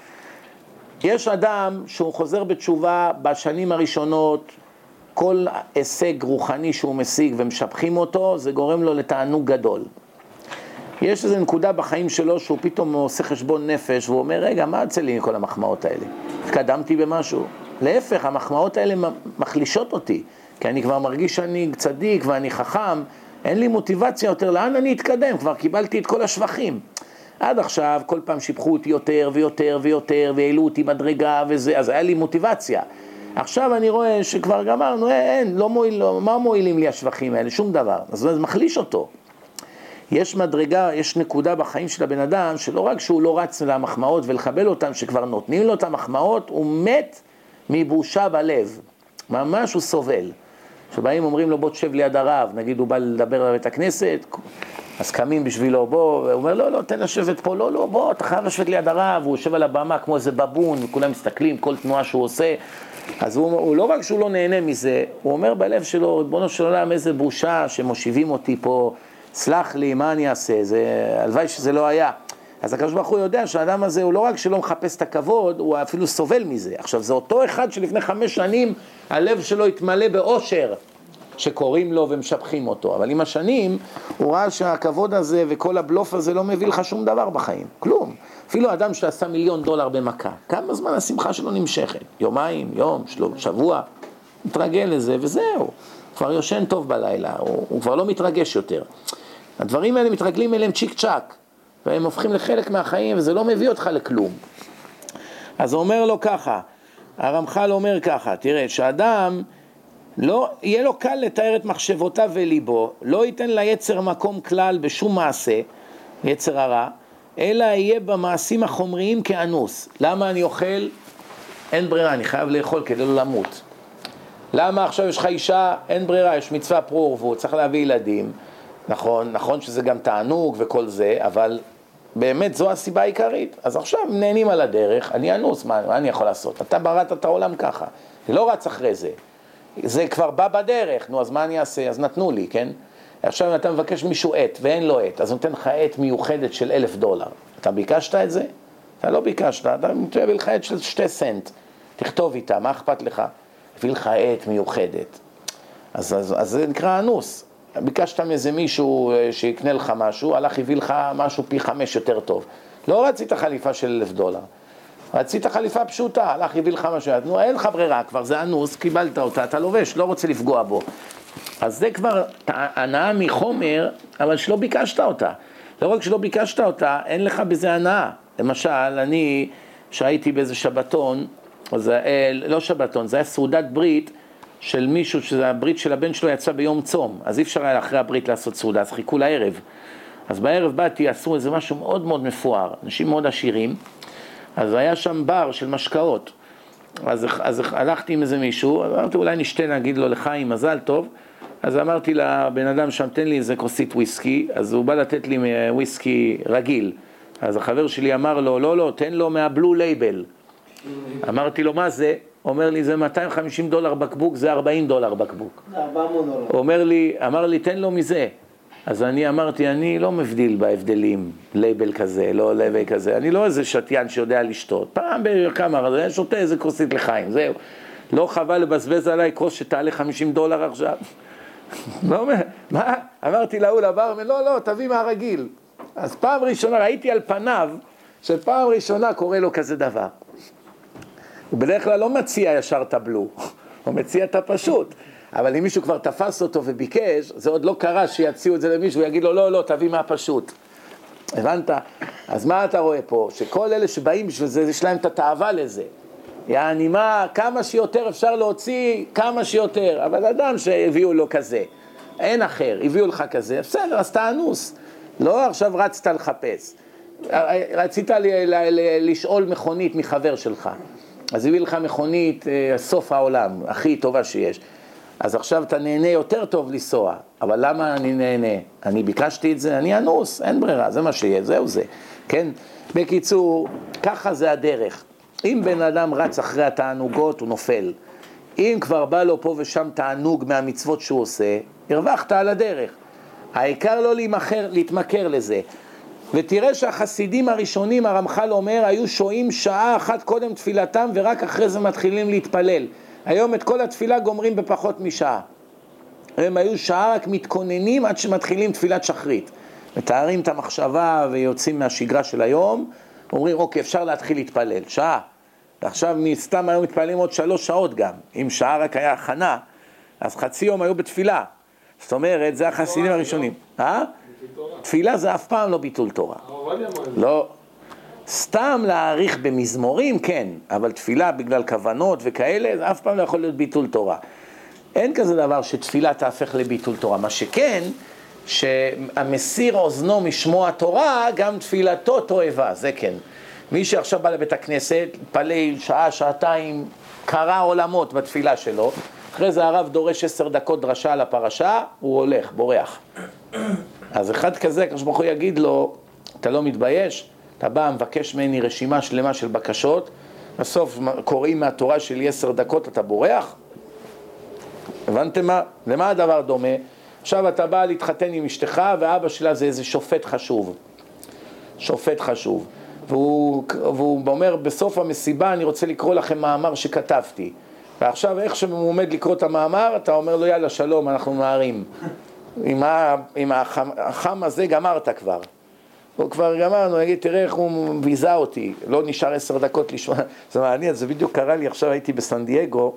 יש אדם שהוא חוזר בתשובה בשנים הראשונות, כל הישג רוחני שהוא משיג ומשבחים אותו, זה גורם לו לתענוג גדול. יש איזו נקודה בחיים שלו שהוא פתאום עושה חשבון נפש, והוא אומר, רגע, מה יוצא לי מכל המחמאות האלה? התקדמתי במשהו? להפך, המחמאות האלה מחלישות אותי, כי אני כבר מרגיש שאני צדיק ואני חכם, אין לי מוטיבציה יותר, לאן אני אתקדם? כבר קיבלתי את כל השבחים. עד עכשיו, כל פעם שיבחו אותי יותר ויותר ויותר, והעלו אותי מדרגה וזה, אז היה לי מוטיבציה. עכשיו אני רואה שכבר גמרנו, אין, לא מועיל, לא, מה מועילים לי השבחים האלה? שום דבר. אז זה מחליש אותו. יש מדרגה, יש נקודה בחיים של הבן אדם, שלא רק שהוא לא רץ למחמאות ולחבל אותם, שכבר נותנים לו את המחמאות, הוא מת מבושה בלב. ממש הוא סובל. שבאים אומרים לו, בוא תשב ליד הרב, נגיד הוא בא לדבר בבית הכנסת, אז קמים בשבילו, בוא, הוא אומר, לא, לא, תן לשבת פה, לא, לא, בוא, אתה חייב לשבת ליד הרב, הוא יושב על הבמה כמו איזה בבון, וכולם מסתכלים, כל תנועה שהוא עושה, אז הוא, הוא לא רק שהוא לא נהנה מזה, הוא אומר בלב שלו, ריבונו של עולם, איזה בושה שמושיבים אותי פה, סלח לי, מה אני אעשה, זה, הלוואי שזה לא היה. אז הקדוש ברוך הוא יודע שהאדם הזה, הוא לא רק שלא מחפש את הכבוד, הוא אפילו סובל מזה. עכשיו, זה אותו אחד שלפני חמש שנים, הלב שלו התמלא באושר, שקוראים לו ומשבחים אותו. אבל עם השנים, הוא ראה שהכבוד הזה וכל הבלוף הזה לא מביא לך שום דבר בחיים. כלום. אפילו אדם שעשה מיליון דולר במכה. כמה זמן השמחה שלו נמשכת? יומיים, יום, שלום, שבוע. מתרגל לזה וזהו. כבר יושן טוב בלילה. הוא, הוא כבר לא מתרגש יותר. הדברים האלה מתרגלים אליהם צ'יק צ'ק. והם הופכים לחלק מהחיים וזה לא מביא אותך לכלום. אז הוא אומר לו ככה. הרמח"ל אומר ככה. תראה, שאדם לא, יהיה לו קל לתאר את מחשבותיו וליבו, לא ייתן ליצר מקום כלל בשום מעשה, יצר הרע, אלא יהיה במעשים החומריים כאנוס. למה אני אוכל? אין ברירה, אני חייב לאכול כדי לא למות. למה עכשיו יש לך אישה? אין ברירה, יש מצווה פרו ורבו, צריך להביא ילדים. נכון, נכון שזה גם תענוג וכל זה, אבל באמת זו הסיבה העיקרית. אז עכשיו נהנים על הדרך, אני אנוס, מה, מה אני יכול לעשות? אתה בראת את העולם ככה, לא רץ אחרי זה. זה כבר בא בדרך, נו, אז מה אני אעשה? אז נתנו לי, כן? עכשיו אם אתה מבקש מישהו עת ואין לו עת, אז נותן לך עת מיוחדת של אלף דולר. אתה ביקשת את זה? אתה לא ביקשת, אתה מביא לך עת של שתי סנט. תכתוב איתה, מה אכפת לך? הביא לך עת מיוחדת. אז, אז, אז זה נקרא אנוס. ביקשת מאיזה מישהו שיקנה לך משהו, הלך הביא לך משהו פי חמש יותר טוב. לא רצית חליפה של אלף דולר. רצית חליפה פשוטה, הלך הביא לך משהו, נו, אין לך ברירה כבר, זה אנוס, קיבלת אותה, אתה לובש, לא רוצה לפגוע בו. אז זה כבר הנאה מחומר, אבל שלא ביקשת אותה. לא רק שלא ביקשת אותה, אין לך בזה הנאה. למשל, אני, שהייתי באיזה שבתון, זה, לא שבתון, זה היה סעודת ברית של מישהו, שזה הברית של הבן שלו יצא ביום צום, אז אי אפשר היה אחרי הברית לעשות סעודה, אז חיכו לערב. אז בערב באתי, עשו איזה משהו מאוד מאוד מפואר, אנשים מאוד עשירים, אז היה שם בר של משקאות, אז, אז הלכתי עם איזה מישהו, אמרתי אולי נשתה, נגיד לו לחיים, מזל טוב, אז אמרתי לבן אדם שם, תן לי איזה כוסית וויסקי, אז הוא בא לתת לי וויסקי רגיל, אז החבר שלי אמר לו, לא, לא, תן לו מהבלו לייבל. אמרתי לו, מה זה? אומר לי, זה מאתיים וחמישים דולר בקבוק, זה ארבעים דולר בקבוק. זה ארבע מאות דולר. אומר לי, אמר לי, תן לו מזה. אז אני אמרתי, אני לא מבדיל בהבדלים, לייבל כזה, לא לייבל כזה, אני לא איזה שתיין שיודע לשתות. פעם בכמה, אני שותה איזה כוסית לחיים, זהו. לא חבל לבזבז עליי כוס שתעלה חמישים דולר עכשיו. לא, מה? אמרתי להוא לברמן, לא, לא, תביא מהרגיל. אז פעם ראשונה, ראיתי על פניו, שפעם ראשונה קורה לו כזה דבר. הוא בדרך כלל לא מציע ישר את הבלו, הוא מציע את הפשוט. אבל אם מישהו כבר תפס אותו וביקש, זה עוד לא קרה שיציעו את זה למישהו, ויגיד לו, לא, לא, תביא מהפשוט. הבנת? אז מה אתה רואה פה? שכל אלה שבאים בשביל זה, יש להם את התאווה לזה. יעני מה, כמה שיותר אפשר להוציא, כמה שיותר. אבל אדם שהביאו לו כזה, אין אחר, הביאו לך כזה, בסדר, אז תאנוס. לא עכשיו רצת לחפש. רצית ל- ל- ל- לשאול מכונית מחבר שלך. אז הביא לך מכונית, סוף העולם, הכי טובה שיש. אז עכשיו אתה נהנה יותר טוב לנסוע, אבל למה אני נהנה? אני ביקשתי את זה, אני אנוס, אין ברירה, זה מה שיהיה, זהו זה, כן? בקיצור, ככה זה הדרך. אם בן אדם רץ אחרי התענוגות, הוא נופל. אם כבר בא לו פה ושם תענוג מהמצוות שהוא עושה, הרווחת על הדרך. העיקר לא להתמכר, להתמכר לזה. ותראה שהחסידים הראשונים, הרמח"ל אומר, היו שועים שעה אחת קודם תפילתם, ורק אחרי זה מתחילים להתפלל. היום את כל התפילה גומרים בפחות משעה. הם היו שעה רק מתכוננים עד שמתחילים תפילת שחרית. מתארים את המחשבה ויוצאים מהשגרה של היום, אומרים, אוקיי, אפשר להתחיל להתפלל, שעה. ועכשיו מסתם היו מתפללים עוד שלוש שעות גם. אם שעה רק היה הכנה, אז חצי יום היו בתפילה. זאת אומרת, זה החסידים הראשונים. אה? תפילה זה אף פעם לא ביטול תורה. לא. סתם להעריך במזמורים, כן, אבל תפילה בגלל כוונות וכאלה, זה אף פעם לא יכול להיות ביטול תורה. אין כזה דבר שתפילה תהפך לביטול תורה. מה שכן, שהמסיר אוזנו משמוע תורה, גם תפילתו תועבה, זה כן. מי שעכשיו בא לבית הכנסת, פלל שעה, שעתיים, קרא עולמות בתפילה שלו, אחרי זה הרב דורש עשר דקות דרשה על הפרשה, הוא הולך, בורח. אז אחד כזה, כשברוך הוא יגיד לו, אתה לא מתבייש? אתה בא, מבקש ממני רשימה שלמה של בקשות, בסוף קוראים מהתורה שלי עשר דקות, אתה בורח? הבנתם מה? למה הדבר דומה? עכשיו אתה בא להתחתן עם אשתך, ואבא שלה זה איזה שופט חשוב. שופט חשוב. והוא, והוא אומר, בסוף המסיבה אני רוצה לקרוא לכם מאמר שכתבתי. ועכשיו איך שהוא עומד לקרוא את המאמר, אתה אומר לו, יאללה, שלום, אנחנו נערים. עם, ה, עם החם, החם הזה גמרת כבר. הוא כבר גמרנו, אני אגיד, תראה איך הוא ויזה אותי, לא נשאר עשר דקות לשמוע. זה מעניין, זה בדיוק קרה לי, עכשיו הייתי בסן דייגו,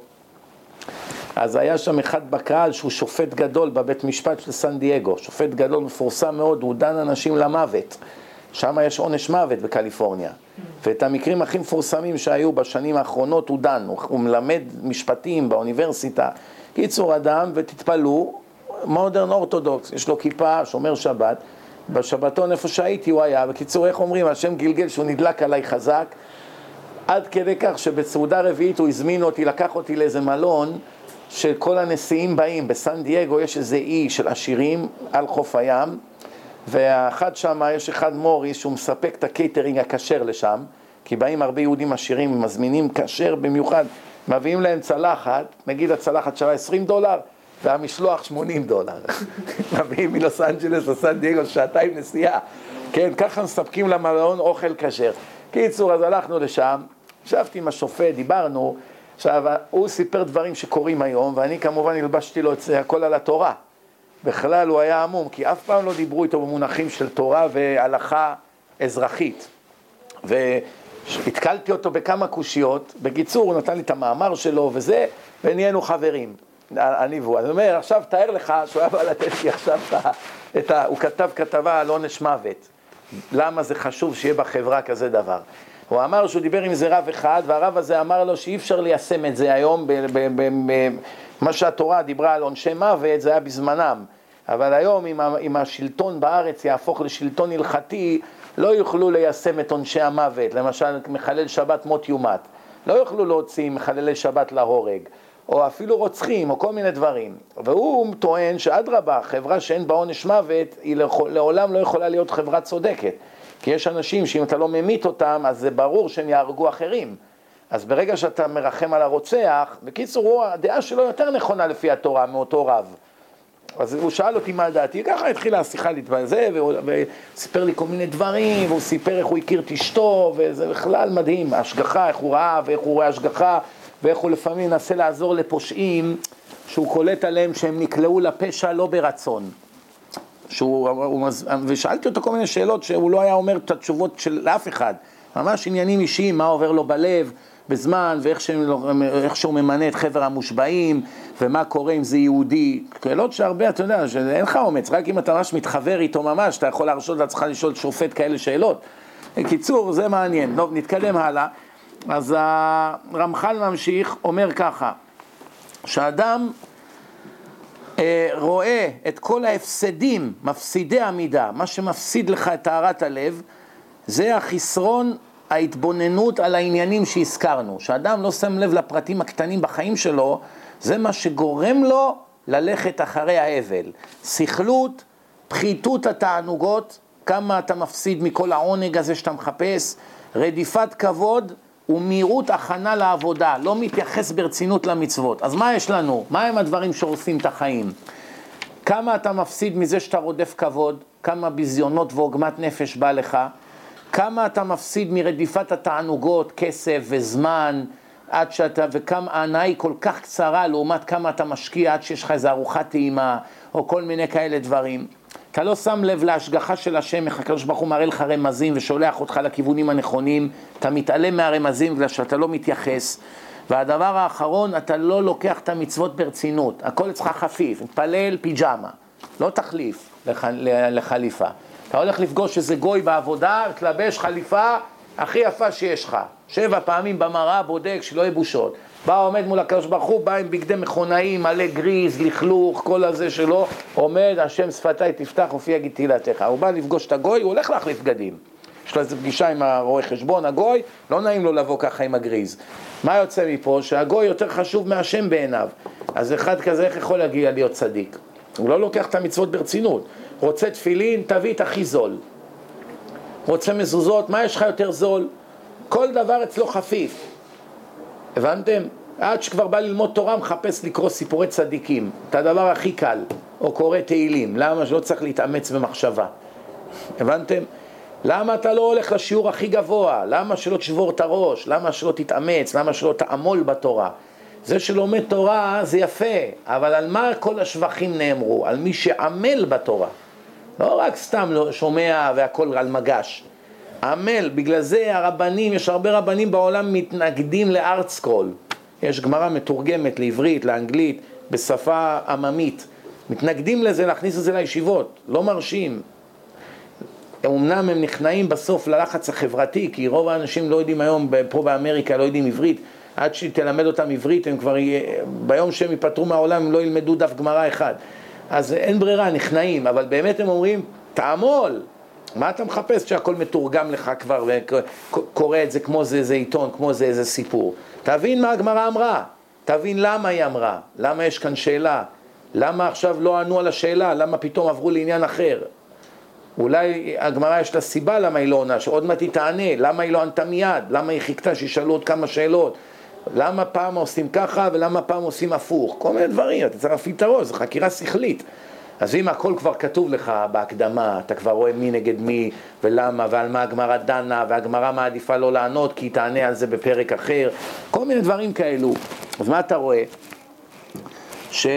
אז היה שם אחד בקהל שהוא שופט גדול בבית משפט של סן דייגו, שופט גדול מפורסם מאוד, הוא דן אנשים למוות. שם יש עונש מוות בקליפורניה. ואת המקרים הכי מפורסמים שהיו בשנים האחרונות הוא דן, הוא, הוא מלמד משפטים באוניברסיטה. קיצור אדם, ותתפלו, מודרן אורתודוקס, יש לו כיפה, שומר שבת, בשבתון איפה שהייתי הוא היה, בקיצור איך אומרים, השם גלגל שהוא נדלק עליי חזק, עד כדי כך שבסעודה רביעית הוא הזמין אותי, לקח אותי לאיזה מלון, שכל הנשיאים באים, בסן דייגו יש איזה אי של עשירים על חוף הים, ואחד שם, יש אחד מורי שהוא מספק את הקייטרינג הכשר לשם, כי באים הרבה יהודים עשירים, מזמינים כשר במיוחד, מביאים להם צלחת, נגיד הצלחת שווה עשרים דולר, והמשלוח שמונים דולר. מביאים מלוס אנג'לס לסן דייגו, שעתיים נסיעה. כן, ככה מספקים למלון אוכל כשר. קיצור, אז הלכנו לשם, ישבתי עם השופט, דיברנו, עכשיו, הוא סיפר דברים שקורים היום, ואני כמובן הלבשתי לו את זה הכל על התורה. בכלל הוא היה עמום, כי אף פעם לא דיברו איתו במונחים של תורה והלכה אזרחית. והתקלתי אותו בכמה קושיות, בקיצור הוא נתן לי את המאמר שלו וזה, ונהיינו חברים. אני והוא. אני אומר, עכשיו תאר לך שהוא היה בא לתת לי עכשיו את ה... הוא כתב כתבה על עונש מוות. למה זה חשוב שיהיה בחברה כזה דבר? הוא אמר שהוא דיבר עם זה רב אחד, והרב הזה אמר לו שאי אפשר ליישם את זה היום, מה שהתורה דיברה על עונשי מוות, זה היה בזמנם. אבל היום, אם השלטון בארץ יהפוך לשלטון הלכתי, לא יוכלו ליישם את עונשי המוות. למשל, מחלל שבת מות יומת. לא יוכלו להוציא מחללי שבת להורג. או אפילו רוצחים, או כל מיני דברים. והוא טוען שאדרבה, חברה שאין בה עונש מוות, היא לעולם לא יכולה להיות חברה צודקת. כי יש אנשים שאם אתה לא ממית אותם, אז זה ברור שהם יהרגו אחרים. אז ברגע שאתה מרחם על הרוצח, בקיצור, הדעה שלו יותר נכונה לפי התורה, מאותו רב. אז הוא שאל אותי מה דעתי, ככה התחילה השיחה להתבזה, וסיפר לי כל מיני דברים, והוא סיפר איך הוא הכיר את אשתו, וזה בכלל מדהים, ההשגחה, איך הוא ראה, ואיך הוא רואה השגחה, ואיך הוא לפעמים נסה לעזור לפושעים, שהוא קולט עליהם שהם נקלעו לפשע לא ברצון. שהוא, הוא, ושאלתי אותו כל מיני שאלות שהוא לא היה אומר את התשובות של אף אחד, ממש עניינים אישיים, מה עובר לו בלב בזמן, ואיך שהוא, שהוא ממנה את חבר המושבעים, ומה קורה אם זה יהודי, שאלות שהרבה, אתה יודע, שאין לך אומץ, רק אם אתה ממש מתחבר איתו ממש, אתה יכול להרשות לעצמך לשאול שופט כאלה שאלות. בקיצור, זה מעניין. טוב, נתקדם הלאה. אז הרמח"ל ממשיך, אומר ככה, שאדם אה, רואה את כל ההפסדים, מפסידי המידה, מה שמפסיד לך את טהרת הלב, זה החסרון, ההתבוננות על העניינים שהזכרנו. שאדם לא שם לב לפרטים הקטנים בחיים שלו, זה מה שגורם לו ללכת אחרי ההבל. שכלות, פחיתות התענוגות, כמה אתה מפסיד מכל העונג הזה שאתה מחפש, רדיפת כבוד ומהירות הכנה לעבודה, לא מתייחס ברצינות למצוות. אז מה יש לנו? מה הם הדברים שהורסים את החיים? כמה אתה מפסיד מזה שאתה רודף כבוד, כמה ביזיונות ועוגמת נפש בא לך, כמה אתה מפסיד מרדיפת התענוגות, כסף וזמן, עד שאתה, וכמה ההנאה היא כל כך קצרה לעומת כמה אתה משקיע עד שיש לך איזו ארוחת טעימה, או כל מיני כאלה דברים. אתה לא שם לב להשגחה של השם, הקדוש ברוך הוא מראה לך רמזים ושולח אותך לכיוונים הנכונים, אתה מתעלם מהרמזים בגלל שאתה לא מתייחס. והדבר האחרון, אתה לא לוקח את המצוות ברצינות, הכל אצלך חפיף, מתפלל פיג'מה, לא תחליף לח, לחליפה. אתה הולך לפגוש איזה גוי בעבודה, תלבש חליפה הכי יפה שיש לך, שבע פעמים במראה בודק שלא יהיה בושות. בא עומד מול הקדוש ברוך הוא, בא עם בגדי מכונאים, מלא גריז, לכלוך, כל הזה שלו, עומד, השם שפתיי תפתח הופיע תהילתך. הוא בא לפגוש את הגוי, הוא הולך להחליף בגדים. יש לו איזו פגישה עם הרואה חשבון, הגוי, לא נעים לו לבוא ככה עם הגריז. מה יוצא מפה? שהגוי יותר חשוב מהשם בעיניו. אז אחד כזה, איך יכול להגיע להיות צדיק? הוא לא לוקח את המצוות ברצינות. רוצה תפילין, תביא את הכי זול. רוצה מזוזות, מה יש לך יותר זול? כל דבר אצלו חפיף. הבנתם? עד שכבר בא ללמוד תורה, מחפש לקרוא סיפורי צדיקים. את הדבר הכי קל. או קורא תהילים. למה? שלא צריך להתאמץ במחשבה. הבנתם? למה אתה לא הולך לשיעור הכי גבוה? למה שלא תשבור את הראש? למה שלא תתאמץ? למה שלא תעמול בתורה? זה שלומד תורה זה יפה, אבל על מה כל השבחים נאמרו? על מי שעמל בתורה. לא רק סתם לא שומע והכל על מגש. עמל, בגלל זה הרבנים, יש הרבה רבנים בעולם מתנגדים לארט סקרול. יש גמרא מתורגמת לעברית, לאנגלית, בשפה עממית. מתנגדים לזה, להכניס את זה לישיבות, לא מרשים. אמנם הם נכנעים בסוף ללחץ החברתי, כי רוב האנשים לא יודעים היום, פה באמריקה לא יודעים עברית, עד שתלמד אותם עברית, הם כבר, ביום שהם ייפטרו מהעולם, הם לא ילמדו דף גמרא אחד. אז אין ברירה, נכנעים, אבל באמת הם אומרים, תעמול, מה אתה מחפש שהכל מתורגם לך כבר, וקורא את זה כמו זה, זה עיתון, כמו זה, איזה סיפור. תבין מה הגמרא אמרה, תבין למה היא אמרה, למה יש כאן שאלה, למה עכשיו לא ענו על השאלה, למה פתאום עברו לעניין אחר. אולי הגמרא יש לה סיבה למה היא לא עונה, שעוד מעט היא תענה, למה היא לא ענתה מיד, למה היא חיכתה שישאלו עוד כמה שאלות, למה פעם עושים ככה ולמה פעם עושים הפוך, כל מיני דברים, אתה צריך להפעיל את הראש, זו חקירה שכלית. אז אם הכל כבר כתוב לך בהקדמה, אתה כבר רואה מי נגד מי ולמה ועל מה הגמרא דנה, והגמרא מעדיפה לא לענות כי היא תענה על זה בפרק אחר, כל מיני דברים כאלו. אז מה אתה רואה? ש...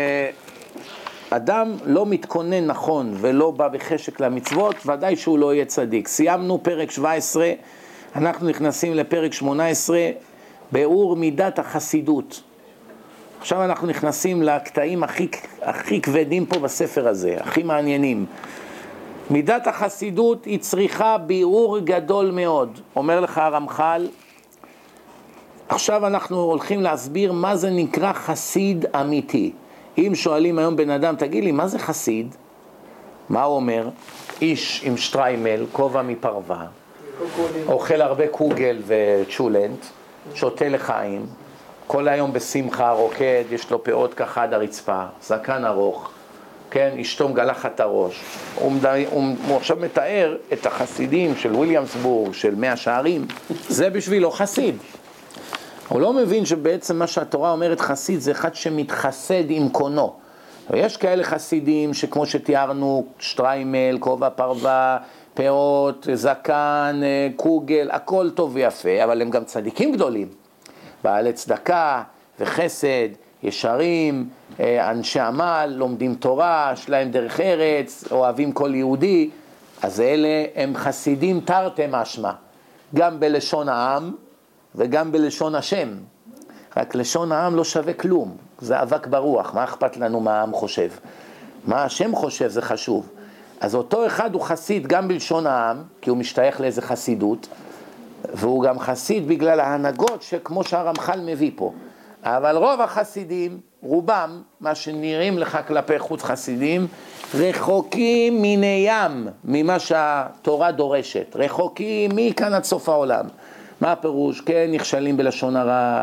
אדם לא מתכונן נכון ולא בא בחשק למצוות, ודאי שהוא לא יהיה צדיק. סיימנו פרק שבע עשרה, אנחנו נכנסים לפרק שמונה עשרה, ביאור מידת החסידות. עכשיו אנחנו נכנסים לקטעים הכי, הכי כבדים פה בספר הזה, הכי מעניינים. מידת החסידות היא צריכה ביאור גדול מאוד. אומר לך הרמח"ל, עכשיו אנחנו הולכים להסביר מה זה נקרא חסיד אמיתי. אם שואלים היום בן אדם, תגיד לי, מה זה חסיד? מה הוא אומר? איש עם שטריימל, כובע מפרווה, אוכל הרבה קוגל וצ'ולנט, שותה לחיים, כל היום בשמחה, רוקד, יש לו פאות ככה עד הרצפה, זקן ארוך, כן, אשתו מגלחת הראש. הוא, מדע, הוא, הוא עכשיו מתאר את החסידים של וויליאמסבורג, של מאה שערים, זה בשבילו חסיד. הוא לא מבין שבעצם מה שהתורה אומרת חסיד זה אחד שמתחסד עם קונו. ויש כאלה חסידים שכמו שתיארנו, שטריימל, כובע פרווה, פאות, זקן, קוגל, הכל טוב ויפה, אבל הם גם צדיקים גדולים. בעלי צדקה וחסד, ישרים, אנשי עמל, לומדים תורה, יש להם דרך ארץ, אוהבים כל יהודי. אז אלה הם חסידים תרתי משמע, גם בלשון העם, וגם בלשון השם. רק לשון העם לא שווה כלום, זה אבק ברוח, מה אכפת לנו מה העם חושב? מה השם חושב זה חשוב. אז אותו אחד הוא חסיד גם בלשון העם, כי הוא משתייך לאיזה חסידות, והוא גם חסיד בגלל ההנהגות שכמו שהרמח"ל מביא פה. אבל רוב החסידים, רובם, מה שנראים לך כלפי חוץ חסידים, רחוקים מיני ים, ממה שהתורה דורשת, רחוקים מכאן עד סוף העולם. מה הפירוש? כן, נכשלים בלשון הרע,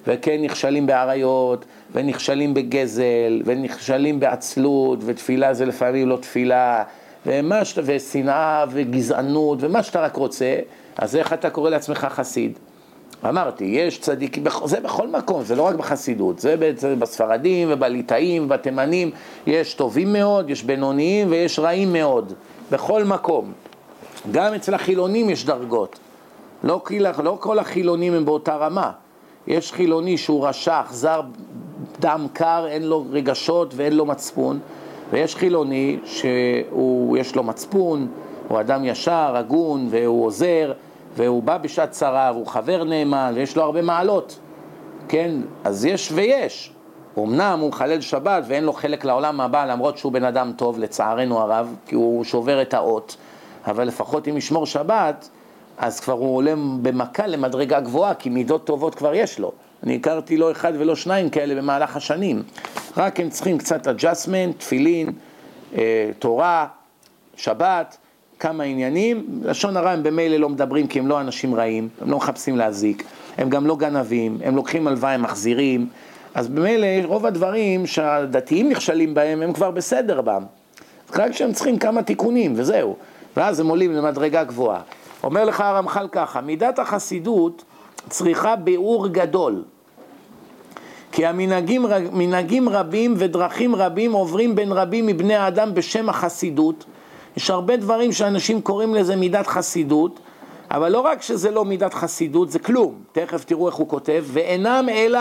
וכן נכשלים בעריות, ונכשלים בגזל, ונכשלים בעצלות, ותפילה זה לפעמים לא תפילה, ומה שאתה, ושנאה וגזענות, ומה שאתה רק רוצה, אז איך אתה קורא לעצמך חסיד? אמרתי, יש צדיקים, זה בכל מקום, זה לא רק בחסידות, זה בספרדים ובליטאים ובתימנים, יש טובים מאוד, יש בינוניים ויש רעים מאוד, בכל מקום. גם אצל החילונים יש דרגות, לא, לא כל החילונים הם באותה רמה. יש חילוני שהוא רשע, אכזר, דם קר, אין לו רגשות ואין לו מצפון, ויש חילוני שיש לו מצפון, הוא אדם ישר, הגון, והוא עוזר, והוא בא בשעת צרה, והוא חבר נאמן, ויש לו הרבה מעלות, כן? אז יש ויש. אמנם הוא מחלל שבת ואין לו חלק לעולם הבא, למרות שהוא בן אדם טוב, לצערנו הרב, כי הוא שובר את האות, אבל לפחות אם ישמור שבת, אז כבר הוא עולה במכה למדרגה גבוהה, כי מידות טובות כבר יש לו. אני הכרתי לא אחד ולא שניים כאלה במהלך השנים. רק הם צריכים קצת adjustment, תפילין, אה, תורה, שבת, כמה עניינים. לשון הרע הם במילא לא מדברים כי הם לא אנשים רעים, הם לא מחפשים להזיק, הם גם לא גנבים, הם לוקחים הלוואה, הם מחזירים. אז במילא רוב הדברים שהדתיים נכשלים בהם הם כבר בסדר בהם. רק שהם צריכים כמה תיקונים וזהו. ואז הם עולים למדרגה גבוהה. אומר לך הרמח"ל ככה, מידת החסידות צריכה ביאור גדול. כי המנהגים מנהגים רבים ודרכים רבים עוברים בין רבים מבני האדם בשם החסידות. יש הרבה דברים שאנשים קוראים לזה מידת חסידות, אבל לא רק שזה לא מידת חסידות, זה כלום. תכף תראו איך הוא כותב, ואינם אלא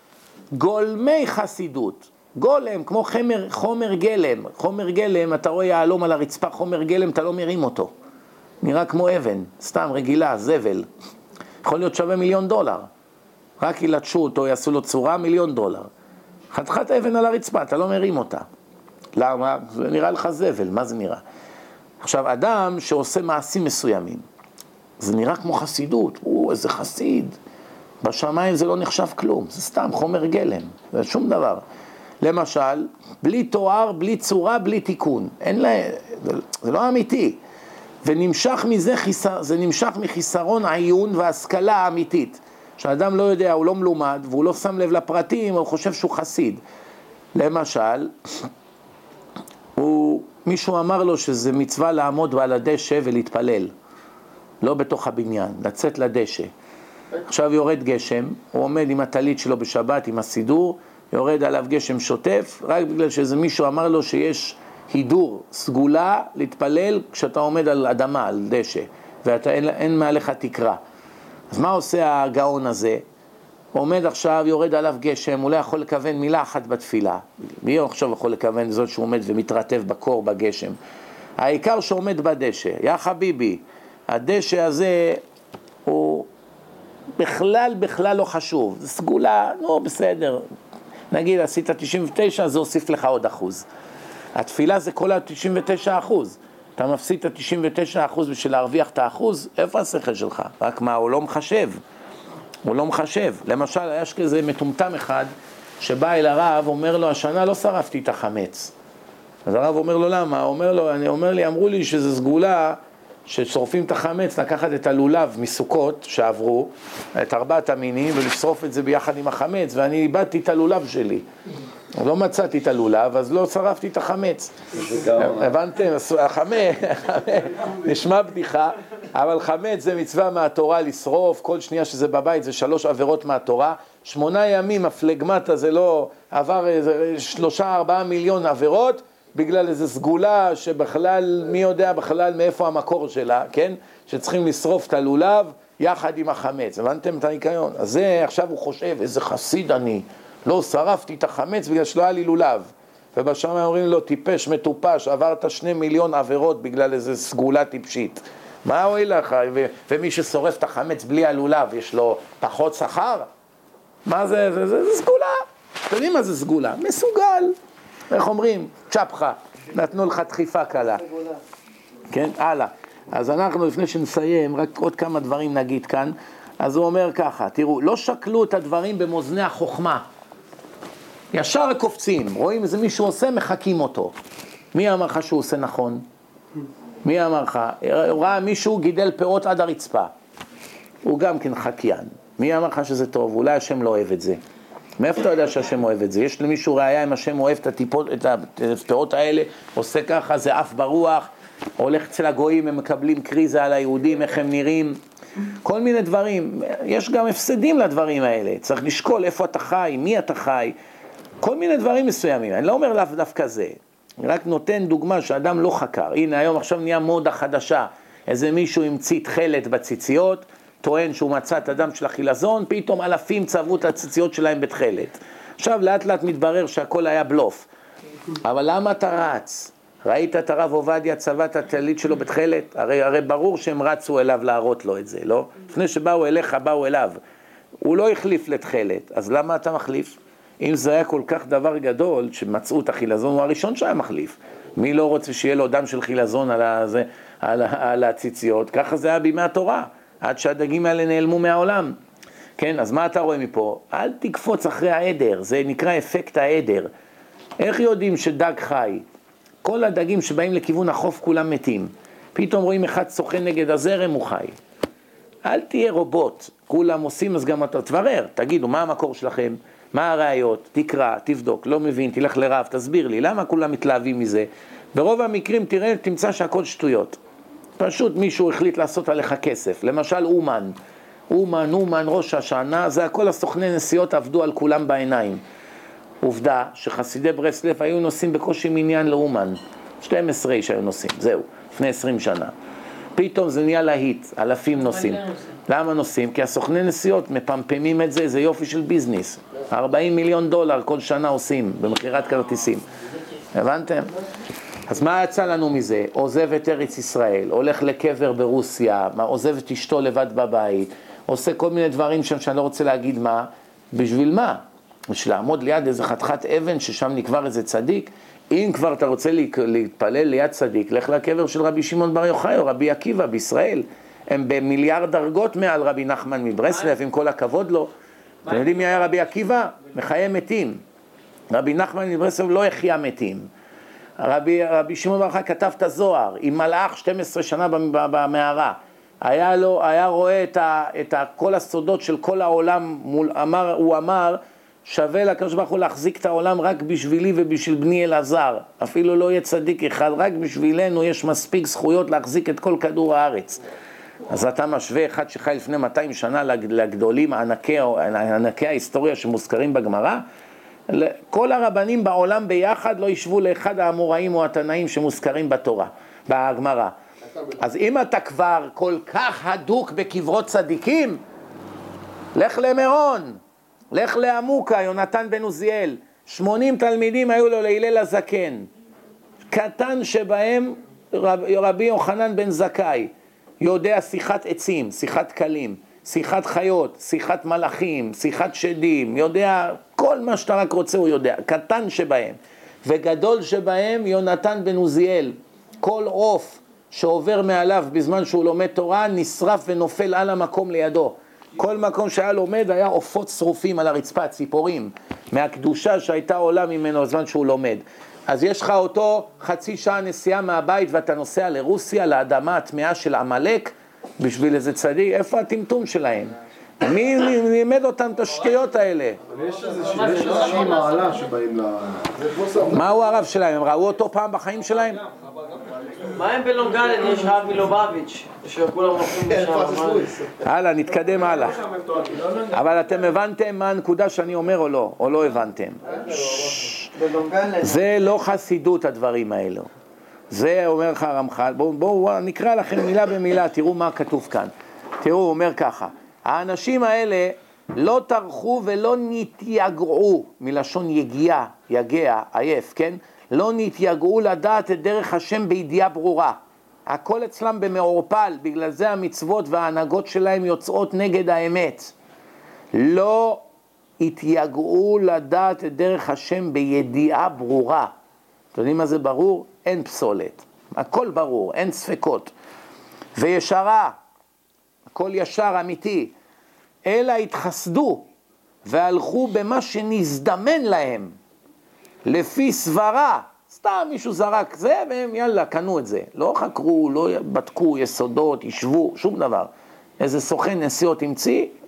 גולמי חסידות. גולם, כמו חומר, חומר גלם. חומר גלם, אתה רואה יעלום על הרצפה, חומר גלם, אתה לא מרים אותו. נראה כמו אבן, סתם רגילה, זבל. יכול להיות שווה מיליון דולר. רק ילטשו אותו, יעשו לו צורה, מיליון דולר. חתיכת אבן על הרצפה, אתה לא מרים אותה. למה? זה נראה לך זבל, מה זה נראה? עכשיו, אדם שעושה מעשים מסוימים, זה נראה כמו חסידות, הוא איזה חסיד. בשמיים זה לא נחשב כלום, זה סתם חומר גלם, זה שום דבר. למשל, בלי תואר, בלי צורה, בלי תיקון. אין לה, זה לא אמיתי. ונמשך מזה, זה נמשך מחיסרון עיון והשכלה האמיתית. שהאדם לא יודע, הוא לא מלומד, והוא לא שם לב לפרטים, הוא חושב שהוא חסיד. למשל, הוא, מישהו אמר לו שזה מצווה לעמוד על הדשא ולהתפלל. לא בתוך הבניין, לצאת לדשא. עכשיו יורד גשם, הוא עומד עם הטלית שלו בשבת, עם הסידור, יורד עליו גשם שוטף, רק בגלל שזה מישהו אמר לו שיש הידור, סגולה, להתפלל כשאתה עומד על אדמה, על דשא, ואתה אין, אין מעליך תקרה. אז מה עושה הגאון הזה? הוא עומד עכשיו, יורד עליו גשם, הוא לא יכול לכוון מילה אחת בתפילה. מי עכשיו יכול לכוון זאת שהוא עומד ומתרטב בקור בגשם? העיקר שעומד בדשא. יא חביבי, הדשא הזה הוא בכלל בכלל לא חשוב. זה סגולה, נו בסדר. נגיד עשית תשעים ותשע, זה הוסיף לך עוד אחוז. התפילה זה כל ה-תשעים ותשע אחוז. אתה מפסיד את ה-תשעים ותשע אחוז בשביל להרוויח את האחוז, איפה השכל שלך? רק מה, הוא לא מחשב. הוא לא מחשב. למשל, יש כזה מטומטם אחד שבא אל הרב, אומר לו, השנה לא שרפתי את החמץ. אז הרב אומר לו, למה? הוא אומר לו, אני אומר לי, אמרו לי שזה סגולה ששורפים את החמץ, לקחת את הלולב מסוכות שעברו, את ארבעת המינים, ולשרוף את זה ביחד עם החמץ, ואני איבדתי את הלולב שלי. לא מצאתי את הלולב, אז לא שרפתי את החמץ. הבנתם? החמץ, נשמע בדיחה, אבל חמץ זה מצווה מהתורה לשרוף, כל שנייה שזה בבית זה שלוש עבירות מהתורה, שמונה ימים הפלגמטה זה לא עבר שלושה ארבעה מיליון עבירות, בגלל איזו סגולה שבכלל, מי יודע בכלל מאיפה המקור שלה, כן? שצריכים לשרוף את הלולב יחד עם החמץ. הבנתם את הניקיון? אז זה עכשיו הוא חושב, איזה חסיד אני. לא שרפתי את החמץ בגלל שלא היה לי לולב. ובשמיים אומרים לו, טיפש, מטופש, עברת שני מיליון עבירות בגלל איזו סגולה טיפשית. מה הועיל לך? ו- ומי ששורף את החמץ בלי הלולב, יש לו פחות שכר? מה זה? זה, זה, זה סגולה. אתם יודעים מה זה סגולה? מסוגל. איך אומרים? צ'פחה. נתנו לך דחיפה קלה. כן? הלאה. אז אנחנו לפני שנסיים, רק עוד כמה דברים נגיד כאן. אז הוא אומר ככה, תראו, לא שקלו את הדברים במאזני החוכמה. ישר קופצים, רואים איזה מישהו עושה, מחכים אותו. מי אמר לך שהוא עושה נכון? מי אמר לך? הוא ראה מישהו גידל פירות עד הרצפה. הוא גם כן חקיין. מי אמר לך שזה טוב? אולי השם לא אוהב את זה. מאיפה אתה יודע שהשם אוהב את זה? יש למישהו ראיה אם השם אוהב את הטיפות, את הפירות האלה, עושה ככה, זה אף ברוח, הולך אצל הגויים, הם מקבלים קריזה על היהודים, איך הם נראים, כל מיני דברים. יש גם הפסדים לדברים האלה, צריך לשקול איפה אתה חי, מי אתה חי, כל מיני דברים מסוימים. אני לא אומר לאו דווקא זה, אני רק נותן דוגמה שאדם לא חקר. הנה היום עכשיו נהיה מודה חדשה, איזה מישהו המציא תכלת בציציות, טוען שהוא מצא את הדם של החילזון, פתאום אלפים צבעו את הציציות שלהם בתכלת. עכשיו לאט לאט מתברר שהכל היה בלוף. אבל למה אתה רץ? ראית את הרב עובדיה צבע את הטלית שלו בתכלת? הרי, הרי ברור שהם רצו אליו להראות לו את זה, לא? לפני שבאו אליך, באו אליו. הוא לא החליף לתכלת, אז למה אתה מחליף? אם זה היה כל כך דבר גדול שמצאו את החילזון, הוא הראשון שהיה מחליף. מי לא רוצה שיהיה לו דם של חילזון על, הזה, על, על הציציות? ככה זה היה בימי התורה. עד שהדגים האלה נעלמו מהעולם. כן, אז מה אתה רואה מפה? אל תקפוץ אחרי העדר, זה נקרא אפקט העדר. איך יודעים שדג חי? כל הדגים שבאים לכיוון החוף כולם מתים. פתאום רואים אחד סוכן נגד הזרם, הוא חי. אל תהיה רובוט, כולם עושים, אז גם אתה תברר, תגידו, מה המקור שלכם? מה הראיות? תקרא, תבדוק, לא מבין, תלך לרב, תסביר לי, למה כולם מתלהבים מזה? ברוב המקרים תראה, תמצא שהכל שטויות. פשוט מישהו החליט לעשות עליך כסף, למשל אומן, אומן, אומן, ראש השנה, זה הכל הסוכני נסיעות עבדו על כולם בעיניים. עובדה שחסידי ברסלב היו נוסעים בקושי מניין לאומן, שתים עשרה איש היו נוסעים, זהו, לפני עשרים שנה. פתאום זה נהיה להיט, אלפים נוסעים. למה נוסעים? כי הסוכני נסיעות מפמפמים את זה, זה יופי של ביזנס. ארבעים מיליון דולר כל שנה עושים במחירת כרטיסים. הבנתם? אז מה יצא לנו מזה? עוזב את ארץ ישראל, הולך לקבר ברוסיה, עוזב את אשתו לבד בבית, עושה כל מיני דברים שם שאני לא רוצה להגיד מה. בשביל מה? בשביל לעמוד ליד איזה חתיכת אבן ששם נקבר איזה צדיק? אם כבר אתה רוצה להתפלל ליד צדיק, לך לקבר של רבי שמעון בר יוחאי או רבי עקיבא בישראל. הם במיליארד דרגות מעל רבי נחמן מברסלב, עם כל הכבוד לו. אתם יודעים מי היה רבי עקיבא? מחיי מתים. רבי נחמן מברסלב לא החיה מתים. רבי, רבי שמעון בר יוחאי כתב את הזוהר, עם מלאך שתים עשרה שנה במערה. היה לו, היה רואה את, ה, את ה, כל הסודות של כל העולם, מול, אמר, הוא אמר, שווה לקדוש ברוך הוא להחזיק את העולם רק בשבילי ובשביל בני אלעזר. אפילו לא יהיה צדיק אחד, רק בשבילנו יש מספיק זכויות להחזיק את כל כדור הארץ. אז אתה משווה אחד שחי לפני מאתיים שנה לגדולים, ענקי, ענקי ההיסטוריה שמוזכרים בגמרא, כל הרבנים בעולם ביחד לא ישבו לאחד האמוראים או התנאים שמוזכרים בתורה, בגמרא. אז אם אתה כבר כל כך הדוק בקברות צדיקים, לך למירון, לך לעמוקה, יונתן בן עוזיאל, שמונים תלמידים היו לו להלל הזקן, קטן שבהם רב, רבי יוחנן בן זכאי, יודע שיחת עצים, שיחת כלים, שיחת חיות, שיחת מלאכים, שיחת שדים, יודע כל מה שאתה רק רוצה הוא יודע, קטן שבהם. וגדול שבהם יונתן בן עוזיאל, כל עוף שעובר מעליו בזמן שהוא לומד תורה נשרף ונופל על המקום לידו. כל מקום שהיה לומד היה עופות שרופים על הרצפה, ציפורים, מהקדושה שהייתה עולה ממנו בזמן שהוא לומד. אז יש לך אותו חצי שעה נסיעה מהבית ואתה נוסע לרוסיה, לאדמה הטמאה של עמלק, בשביל איזה צדיק, איפה הטמטום שלהם? מי לימד אותם את השטויות האלה? אבל יש איזושהי מעלה שבאים ל... מהו הרב שלהם? הם ראו אותו פעם בחיים שלהם? מה הם בלונגלן? יש רב מלובביץ' שכולם הולכים לשם. הלאה, נתקדם הלאה. אבל אתם הבנתם מה הנקודה שאני אומר או לא? או לא הבנתם? זה לא חסידות הדברים האלו. זה אומר לך הרמח"ל, בואו בוא, נקרא לכם מילה במילה, תראו מה כתוב כאן. תראו, הוא אומר ככה, האנשים האלה לא טרחו ולא נתייגעו, מלשון יגיע, יגע, עייף, כן? לא נתייגעו לדעת את דרך השם בידיעה ברורה. הכל אצלם במעורפל, בגלל זה המצוות וההנהגות שלהם יוצאות נגד האמת. לא התייגעו לדעת את דרך השם בידיעה ברורה. אתם יודעים מה זה ברור? אין פסולת. הכל ברור, אין ספקות. וישרה, הכל ישר אמיתי. אלא התחסדו והלכו במה שנזדמן להם. לפי סברה, סתם מישהו זרק זה והם יאללה קנו את זה. לא חקרו, לא בדקו יסודות, ישבו, שום דבר. איזה סוכן נסיעות המציא,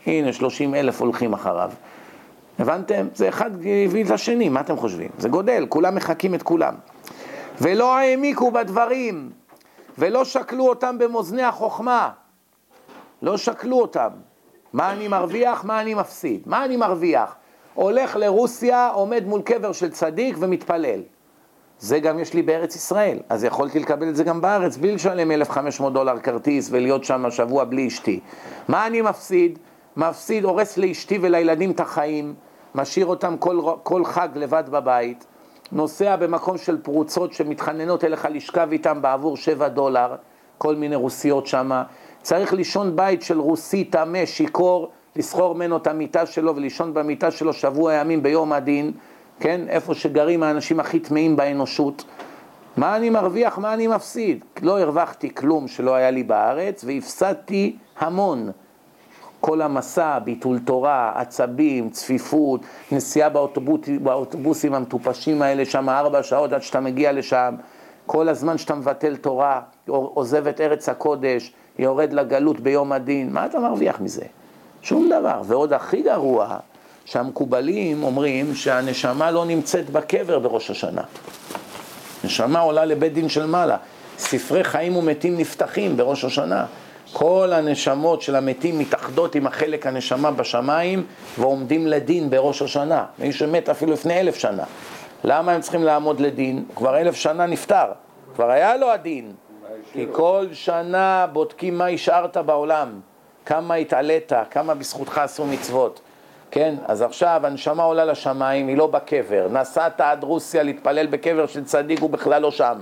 הנה שלושים אלף הולכים אחריו. הבנתם? זה אחד הביא את השני, מה אתם חושבים? זה גודל, כולם מחכים את כולם. ולא העמיקו בדברים, ולא שקלו אותם במאזני החוכמה. לא שקלו אותם. מה אני מרוויח, מה אני מפסיד. מה אני מרוויח? הולך לרוסיה, עומד מול קבר של צדיק ומתפלל. זה גם יש לי בארץ ישראל, אז יכולתי לקבל את זה גם בארץ, בלי לשלם אלף וחמש מאות דולר כרטיס ולהיות שם שבוע בלי אשתי. מה אני מפסיד? מפסיד, הורס לאשתי ולילדים את החיים, משאיר אותם כל, כל חג לבד בבית, נוסע במקום של פרוצות שמתחננות אליך לשכב איתם בעבור שבע דולר, כל מיני רוסיות שם, צריך לישון בית של רוסי תמה, שיקור, לסחור ממנו את המיטה שלו ולישון במיטה שלו שבוע ימים ביום הדין, כן? איפה שגרים האנשים הכי טמאים באנושות. מה אני מרוויח, מה אני מפסיד? לא הרווחתי כלום שלא היה לי בארץ, והפסדתי המון. כל המסע, ביטול תורה, עצבים, צפיפות, נסיעה באוטובוס, באוטובוסים המטופשים האלה שם ארבע שעות עד שאתה מגיע לשם, כל הזמן שאתה מבטל תורה, עוזב את ארץ הקודש, יורד לגלות ביום הדין, מה אתה מרוויח מזה? שום דבר. ועוד הכי גרוע, שהמקובלים אומרים שהנשמה לא נמצאת בקבר בראש השנה. נשמה עולה לבית דין של מעלה. ספרי חיים ומתים נפתחים בראש השנה. כל הנשמות של המתים מתאחדות עם החלק הנשמה בשמיים ועומדים לדין בראש השנה. מי שמת אפילו לפני אלף שנה. למה הם צריכים לעמוד לדין? כבר אלף שנה נפטר. כבר היה לו הדין. כי כל שנה בודקים מה השארת בעולם. כמה התעלית, כמה בזכותך עשו מצוות. כן, אז עכשיו הנשמה עולה לשמיים, היא לא בקבר. נסעת עד רוסיה להתפלל בקבר של צדיק, הוא בכלל לא שם.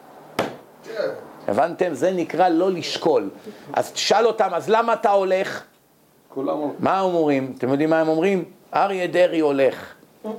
הבנתם? זה נקרא לא לשקול. אז תשאל אותם, אז למה אתה הולך? מה הם אומרים? אתם יודעים מה הם אומרים? אריה דרעי הולך.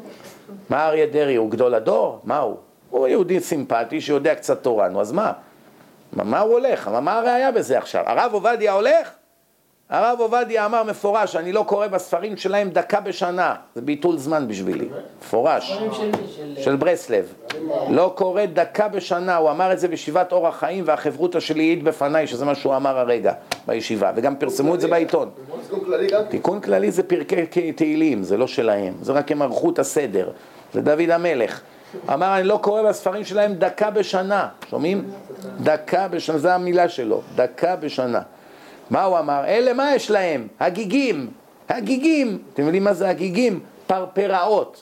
מה אריה דרעי? הוא גדול הדור? מה הוא? הוא יהודי סימפטי שיודע קצת תורה. נו, אז מה? מה הוא הולך? מה הראיה בזה עכשיו? הרב עובדיה הולך? הרב עובדיה אמר מפורש, אני לא קורא בספרים שלהם דקה בשנה, זה ביטול זמן בשבילי, מפורש, של ברסלב, לא קורא דקה בשנה, הוא אמר את זה בישיבת אור החיים, והחברותא שלי העיד בפניי, שזה מה שהוא אמר הרגע בישיבה, וגם פרסמו את זה בעיתון. תיקון כללי זה פרקי תהילים, זה לא שלהם, זה רק הם ערכו את הסדר, זה דוד המלך. אמר, אני לא קורא בספרים שלהם דקה בשנה, שומעים? דקה בשנה, זה המילה שלו, דקה בשנה. מה הוא אמר? אלה מה יש להם? הגיגים, הגיגים, אתם יודעים מה זה הגיגים? פרפראות.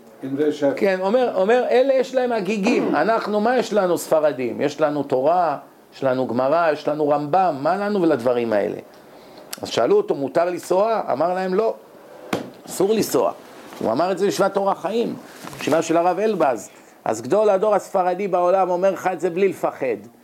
כן, אומר, אומר, אלה יש להם הגיגים, אנחנו, מה יש לנו ספרדים? יש לנו תורה, יש לנו גמרא, יש לנו רמב"ם, מה לנו ולדברים האלה? אז שאלו אותו, מותר לנסוע? אמר להם לא, אסור לנסוע. הוא אמר את זה בישיבת אור החיים, בישיבה של הרב אלבז. אז גדול הדור הספרדי בעולם אומר לך את זה בלי לפחד.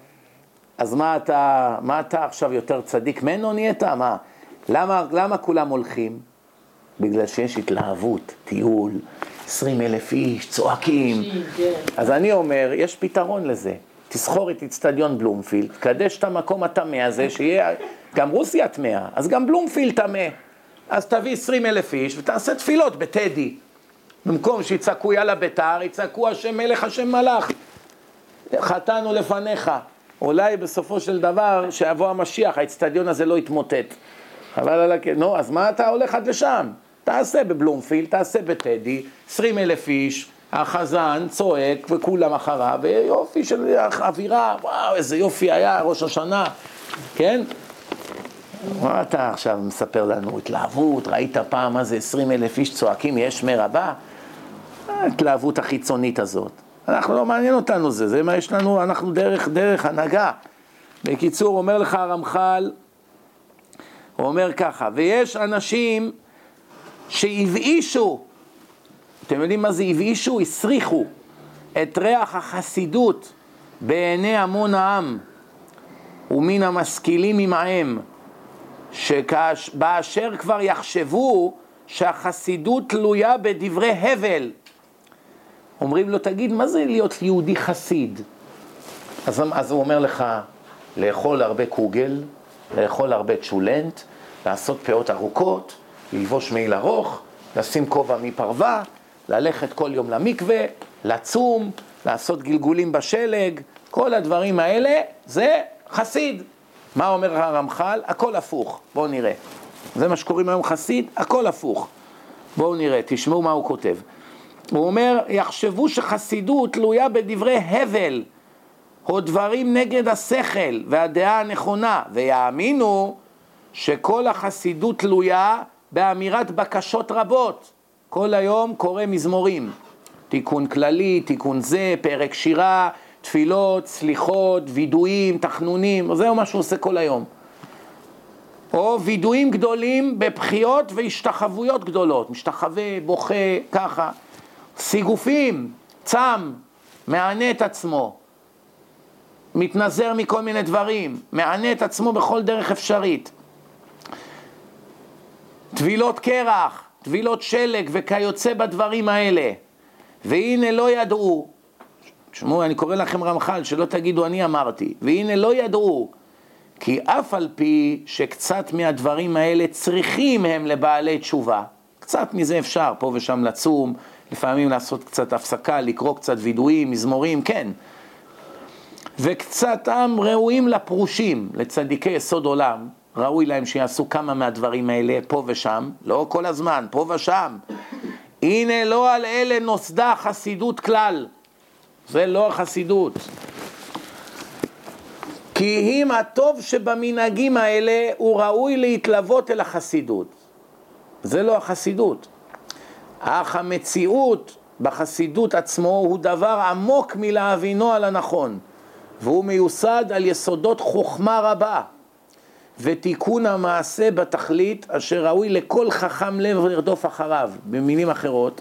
אז מה אתה, מה אתה עכשיו יותר צדיק ממנו נהיית? מה? למה, למה כולם הולכים? בגלל שיש התלהבות, טיול, עשרים אלף איש, צועקים. אז אני אומר, יש פתרון לזה. תסחור את אצטדיון בלומפילד, קדש את המקום התמה הזה, שיהיה, גם רוסיה תמה, אז גם בלומפילד תמה. אז תביא עשרים אלף איש ותעשה תפילות בטדי. במקום שיצעקו יאללה ביתר, יצעקו השם מלך, השם מלך. חתנו לפניך. אולי בסופו של דבר שיבוא המשיח, האצטדיון הזה לא יתמוטט. אבל על הכ... נו, אז מה אתה הולך עד לשם? תעשה בבלומפילד, תעשה בטדי, עשרים אלף איש, החזן צועק וכולם אחריו, ויופי של אווירה, וואו, איזה יופי היה ראש השנה, כן? מה אתה עכשיו מספר לנו? התלהבות, ראית פעם מה זה עשרים אלף איש צועקים, יש מרבה? ההתלהבות החיצונית הזאת. אנחנו לא מעניין אותנו זה, זה מה יש לנו, אנחנו דרך, דרך הנהגה. בקיצור, אומר לך הרמח"ל, הוא אומר ככה, ויש אנשים שהבאישו, אתם יודעים מה זה הבאישו? הסריחו את ריח החסידות בעיני המון העם, ומן המשכילים עמהם, שבאשר כבר יחשבו שהחסידות תלויה בדברי הבל. אומרים לו, תגיד, מה זה להיות יהודי חסיד? אז, אז הוא אומר לך, לאכול הרבה קוגל, לאכול הרבה צ'ולנט, לעשות פאות ארוכות, ללבוש מעיל ארוך, לשים כובע מפרווה, ללכת כל יום למקווה, לצום, לעשות גלגולים בשלג, כל הדברים האלה זה חסיד. מה אומר הרמח"ל? הכל הפוך, בואו נראה. זה מה שקוראים היום חסיד, הכל הפוך. בואו נראה, תשמעו מה הוא כותב. הוא אומר, יחשבו שחסידות תלויה בדברי הבל, או דברים נגד השכל והדעה הנכונה, ויאמינו שכל החסידות תלויה באמירת בקשות רבות. כל היום קורא מזמורים, תיקון כללי, תיקון זה, פרק שירה, תפילות, סליחות, וידויים, תחנונים, זהו מה שהוא עושה כל היום. או וידויים גדולים בבחיות והשתחוויות גדולות, משתחווה, בוכה, ככה. סיגופים, צם, מענה את עצמו, מתנזר מכל מיני דברים, מענה את עצמו בכל דרך אפשרית. טבילות קרח, טבילות שלג וכיוצא בדברים האלה. והנה לא ידעו, תשמעו, אני קורא לכם רמח"ל, שלא תגידו אני אמרתי, והנה לא ידעו, כי אף על פי שקצת מהדברים האלה צריכים הם לבעלי תשובה, קצת מזה אפשר, פה ושם לצום, לפעמים לעשות קצת הפסקה, לקרוא קצת וידויים, מזמורים, כן. וקצת עם ראויים לפרושים, לצדיקי יסוד עולם, ראוי להם שיעשו כמה מהדברים האלה, פה ושם, לא כל הזמן, פה ושם. הנה לא על אלה נוסדה חסידות כלל, זה לא החסידות. כי אם הטוב שבמנהגים האלה הוא ראוי להתלוות אל החסידות. זה לא החסידות. אך המציאות בחסידות עצמו הוא דבר עמוק מלהבינו על הנכון, והוא מיוסד על יסודות חוכמה רבה, ותיקון המעשה בתכלית אשר ראוי לכל חכם לב לרדוף אחריו. במילים אחרות,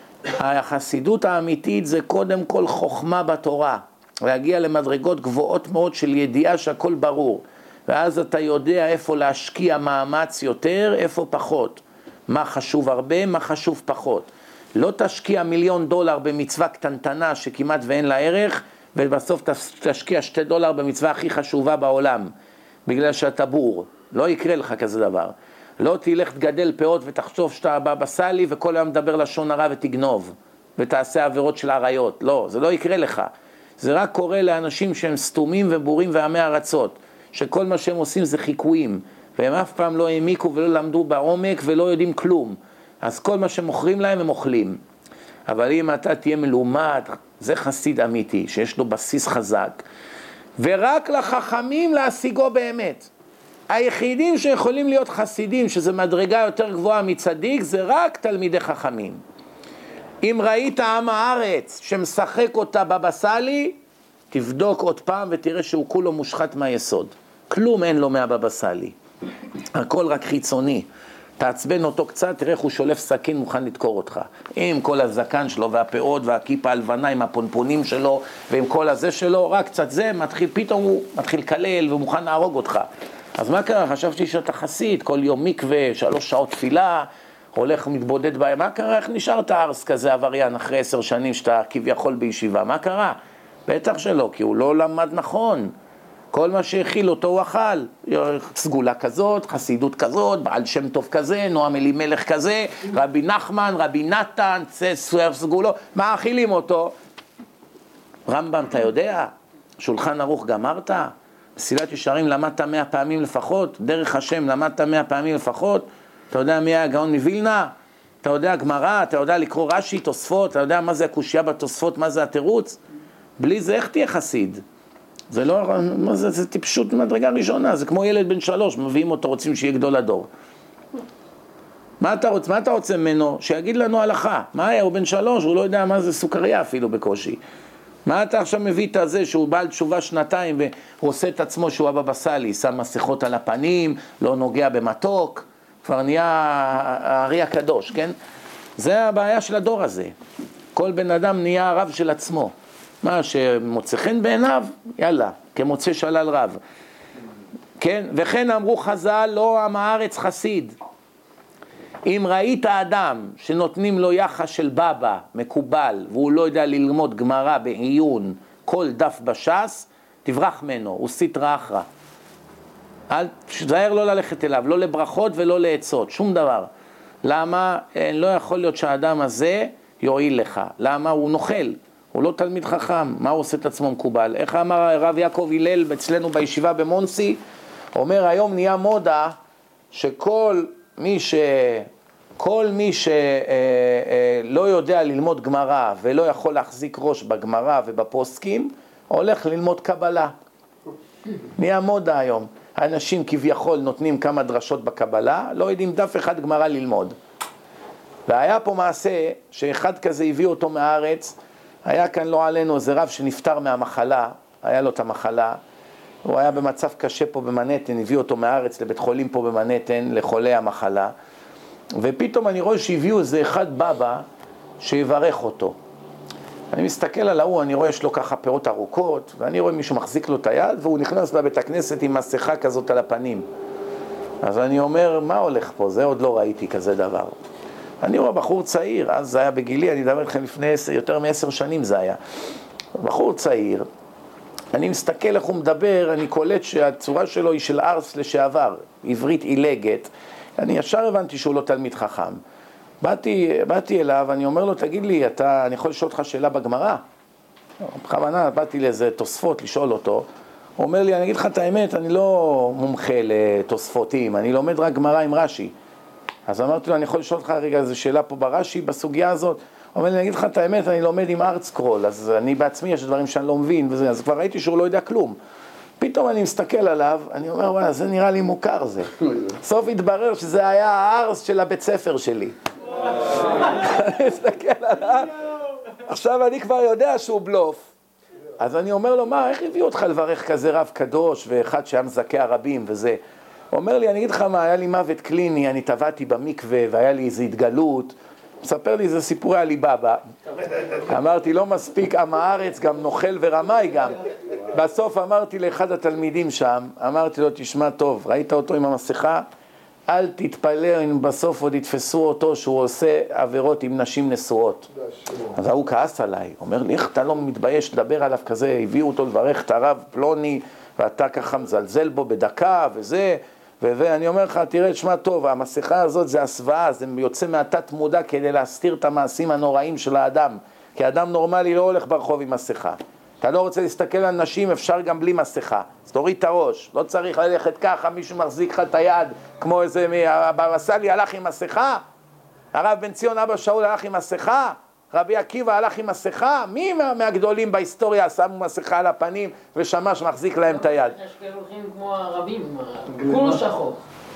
החסידות האמיתית זה קודם כל חוכמה בתורה, להגיע למדרגות גבוהות מאוד של ידיעה שהכל ברור, ואז אתה יודע איפה להשקיע מאמץ יותר, איפה פחות, מה חשוב הרבה, מה חשוב פחות. לא תשקיע מיליון דולר במצווה קטנטנה שכמעט ואין לה ערך, ובסוף תשקיע שתי דולר במצווה הכי חשובה בעולם, בגלל שאתה בור. לא יקרה לך כזה דבר. לא תלך תגדל פאות ותחשוב שאתה בבא סאלי וכל היום מדבר לשון הרע ותגנוב ותעשה עבירות של עריות. לא, זה לא יקרה לך. זה רק קורה לאנשים שהם סתומים ובורים ועמי ארצות, שכל מה שהם עושים זה חיקויים, והם אף פעם לא העמיקו ולא למדו בעומק ולא יודעים כלום. אז כל מה שמוכרים להם הם אוכלים. אבל אם אתה תהיה מלומד, זה חסיד אמיתי, שיש לו בסיס חזק, ורק לחכמים להשיגו באמת. היחידים שיכולים להיות חסידים, שזה מדרגה יותר גבוהה מצדיק, זה רק תלמידי חכמים. אם ראית עם הארץ שמשחק אותה בבא סאלי, תבדוק עוד פעם ותראה שהוא כולו מושחת מהיסוד. כלום אין לו מהבבא סאלי. הכל רק חיצוני. תעצבן אותו קצת, תראה איך הוא שולף סכין מוכן לדקור אותך. עם כל הזקן שלו והפאות והכיפה הלבנה עם הפונפונים שלו ועם כל הזה שלו, רק קצת זה, מתחיל, פתאום הוא מתחיל לקלל ומוכן להרוג אותך. אז מה קרה? חשבתי שאתה חסיד, כל יום מקווה, שלוש שעות תפילה, הולך ומתבודד בהם. מה קרה? איך נשארת ארס כזה עבריין אחרי עשר שנים שאתה כביכול בישיבה? מה קרה? בטח שלא, כי הוא לא למד נכון. כל מה שהכיל אותו הוא אכל. סגולה כזאת, חסידות כזאת, בעל שם טוב כזה, נועם אלימלך כזה, רבי נחמן, רבי נתן, סגולו. מה אכילים אותו? רמב"ם, אתה יודע? שולחן ערוך גמרת? מסילת ישרים למדת מאה פעמים לפחות? דרך השם למדת מאה פעמים לפחות? אתה יודע מי היה הגאון מווילנה? אתה יודע גמרא? אתה יודע לקרוא רש"י, תוספות? אתה יודע מה זה הקושיה בתוספות? מה זה התירוץ? בלי זה איך תהיה חסיד? זה לא, מה זה, זה טיפשות מדרגה ראשונה, זה כמו ילד בן שלוש, מביאים אותו, רוצים שיהיה גדול הדור. מה אתה רוצה, מה אתה רוצה ממנו? שיגיד לנו הלכה. מה היה, הוא בן שלוש, הוא לא יודע מה זה סוכריה אפילו בקושי. מה אתה עכשיו מביא את הזה שהוא בעל תשובה שנתיים והוא עושה את עצמו שהוא הבבא סאלי, שם מסכות על הפנים, לא נוגע במתוק, כבר נהיה הארי הקדוש, כן? זה הבעיה של הדור הזה. כל בן אדם נהיה הרב של עצמו. מה שמוצא חן בעיניו, יאללה, כמוצא שלל רב. כן? וכן אמרו חז"ל, לא עם הארץ חסיד. אם ראית אדם שנותנים לו יחס של בבא, מקובל, והוא לא יודע ללמוד גמרא בעיון, כל דף בש"ס, תברח ממנו, הוא סיטרא אחרא. אל תזהר לא ללכת אליו, לא לברכות ולא לעצות, שום דבר. למה? לא יכול להיות שהאדם הזה יועיל לך. למה? הוא נוכל. הוא לא תלמיד חכם, מה הוא עושה את עצמו מקובל? איך אמר הרב יעקב הלל אצלנו בישיבה במונסי? אומר היום נהיה מודה שכל מי ש... כל מי שלא יודע ללמוד גמרא ולא יכול להחזיק ראש בגמרא ובפוסקים, הולך ללמוד קבלה. נהיה מודה היום. האנשים כביכול נותנים כמה דרשות בקבלה, לא יודעים דף אחד גמרא ללמוד. והיה פה מעשה שאחד כזה הביא אותו מהארץ, היה כאן לא עלינו איזה רב שנפטר מהמחלה, היה לו את המחלה, הוא היה במצב קשה פה במנהטן, הביא אותו מהארץ לבית חולים פה במנהטן, לחולי המחלה, ופתאום אני רואה שהביאו איזה אחד בבא שיברך אותו. אני מסתכל על ההוא, אני רואה יש לו ככה פירות ארוכות, ואני רואה מישהו מחזיק לו את היד, והוא נכנס לבית הכנסת עם מסכה כזאת על הפנים. אז אני אומר, מה הולך פה? זה עוד לא ראיתי כזה דבר. אני רואה בחור צעיר, אז זה היה בגילי, אני אדבר לכם לפני עשר, יותר מעשר שנים זה היה. בחור צעיר, אני מסתכל איך הוא מדבר, אני קולט שהצורה שלו היא של ארס לשעבר, עברית עילגת. אני ישר הבנתי שהוא לא תלמיד חכם. באתי, באתי אליו, אני אומר לו, תגיד לי, אתה, אני יכול לשאול אותך שאלה בגמרא? בכוונה, באתי לאיזה תוספות לשאול אותו. הוא אומר לי, אני אגיד לך את האמת, אני לא מומחה לתוספותים, אני לומד רק גמרא עם רש"י. אז אמרתי לו, אני יכול לשאול אותך רגע איזו שאלה פה ברש"י, בסוגיה הזאת? הוא אומר לי, אני אגיד לך את האמת, אני לומד עם ארטסקרול, אז אני בעצמי, יש דברים שאני לא מבין, וזה, אז כבר ראיתי שהוא לא יודע כלום. פתאום אני מסתכל עליו, אני אומר, וואלה, זה נראה לי מוכר זה. סוף התברר שזה היה הארס של הבית ספר שלי. אני מסתכל עליו, עכשיו אני כבר יודע שהוא בלוף. אז אני אומר לו, מה, איך הביאו אותך לברך כזה רב קדוש, ואחד שהיה מזכה הרבים וזה? הוא אומר לי, אני אגיד לך מה, היה לי מוות קליני, אני טבעתי במקווה, והיה לי איזו התגלות. מספר לי איזה סיפורי עלי בבא. אמרתי, לא מספיק עם הארץ, גם נוכל ורמאי גם. בסוף אמרתי לאחד התלמידים שם, אמרתי לו, תשמע טוב, ראית אותו עם המסכה? אל תתפלא אם בסוף עוד יתפסו אותו שהוא עושה עבירות עם נשים נשואות. אז הוא כעס עליי, אומר לי, איך אתה לא מתבייש לדבר עליו כזה, הביאו אותו לברך את הרב פלוני, ואתה ככה מזלזל בו בדקה וזה, ואני אומר לך, תראה, תשמע טוב, המסכה הזאת זה הסוואה, זה יוצא מהתת מודע כדי להסתיר את המעשים הנוראים של האדם, כי אדם נורמלי לא הולך ברחוב עם מסכה. אתה לא רוצה להסתכל על נשים, אפשר גם בלי מסכה. אז תוריד את הראש, לא צריך ללכת ככה, מישהו מחזיק לך את היד, כמו איזה, הבבא סאלי הלך עם מסכה, הרב בן ציון אבא שאול הלך עם מסכה, רבי עקיבא הלך עם מסכה, מי מה, מהגדולים בהיסטוריה שמו מסכה על הפנים ושמש מחזיק להם את היד? יש כאלה הולכים כמו הרבים, כולו שחור.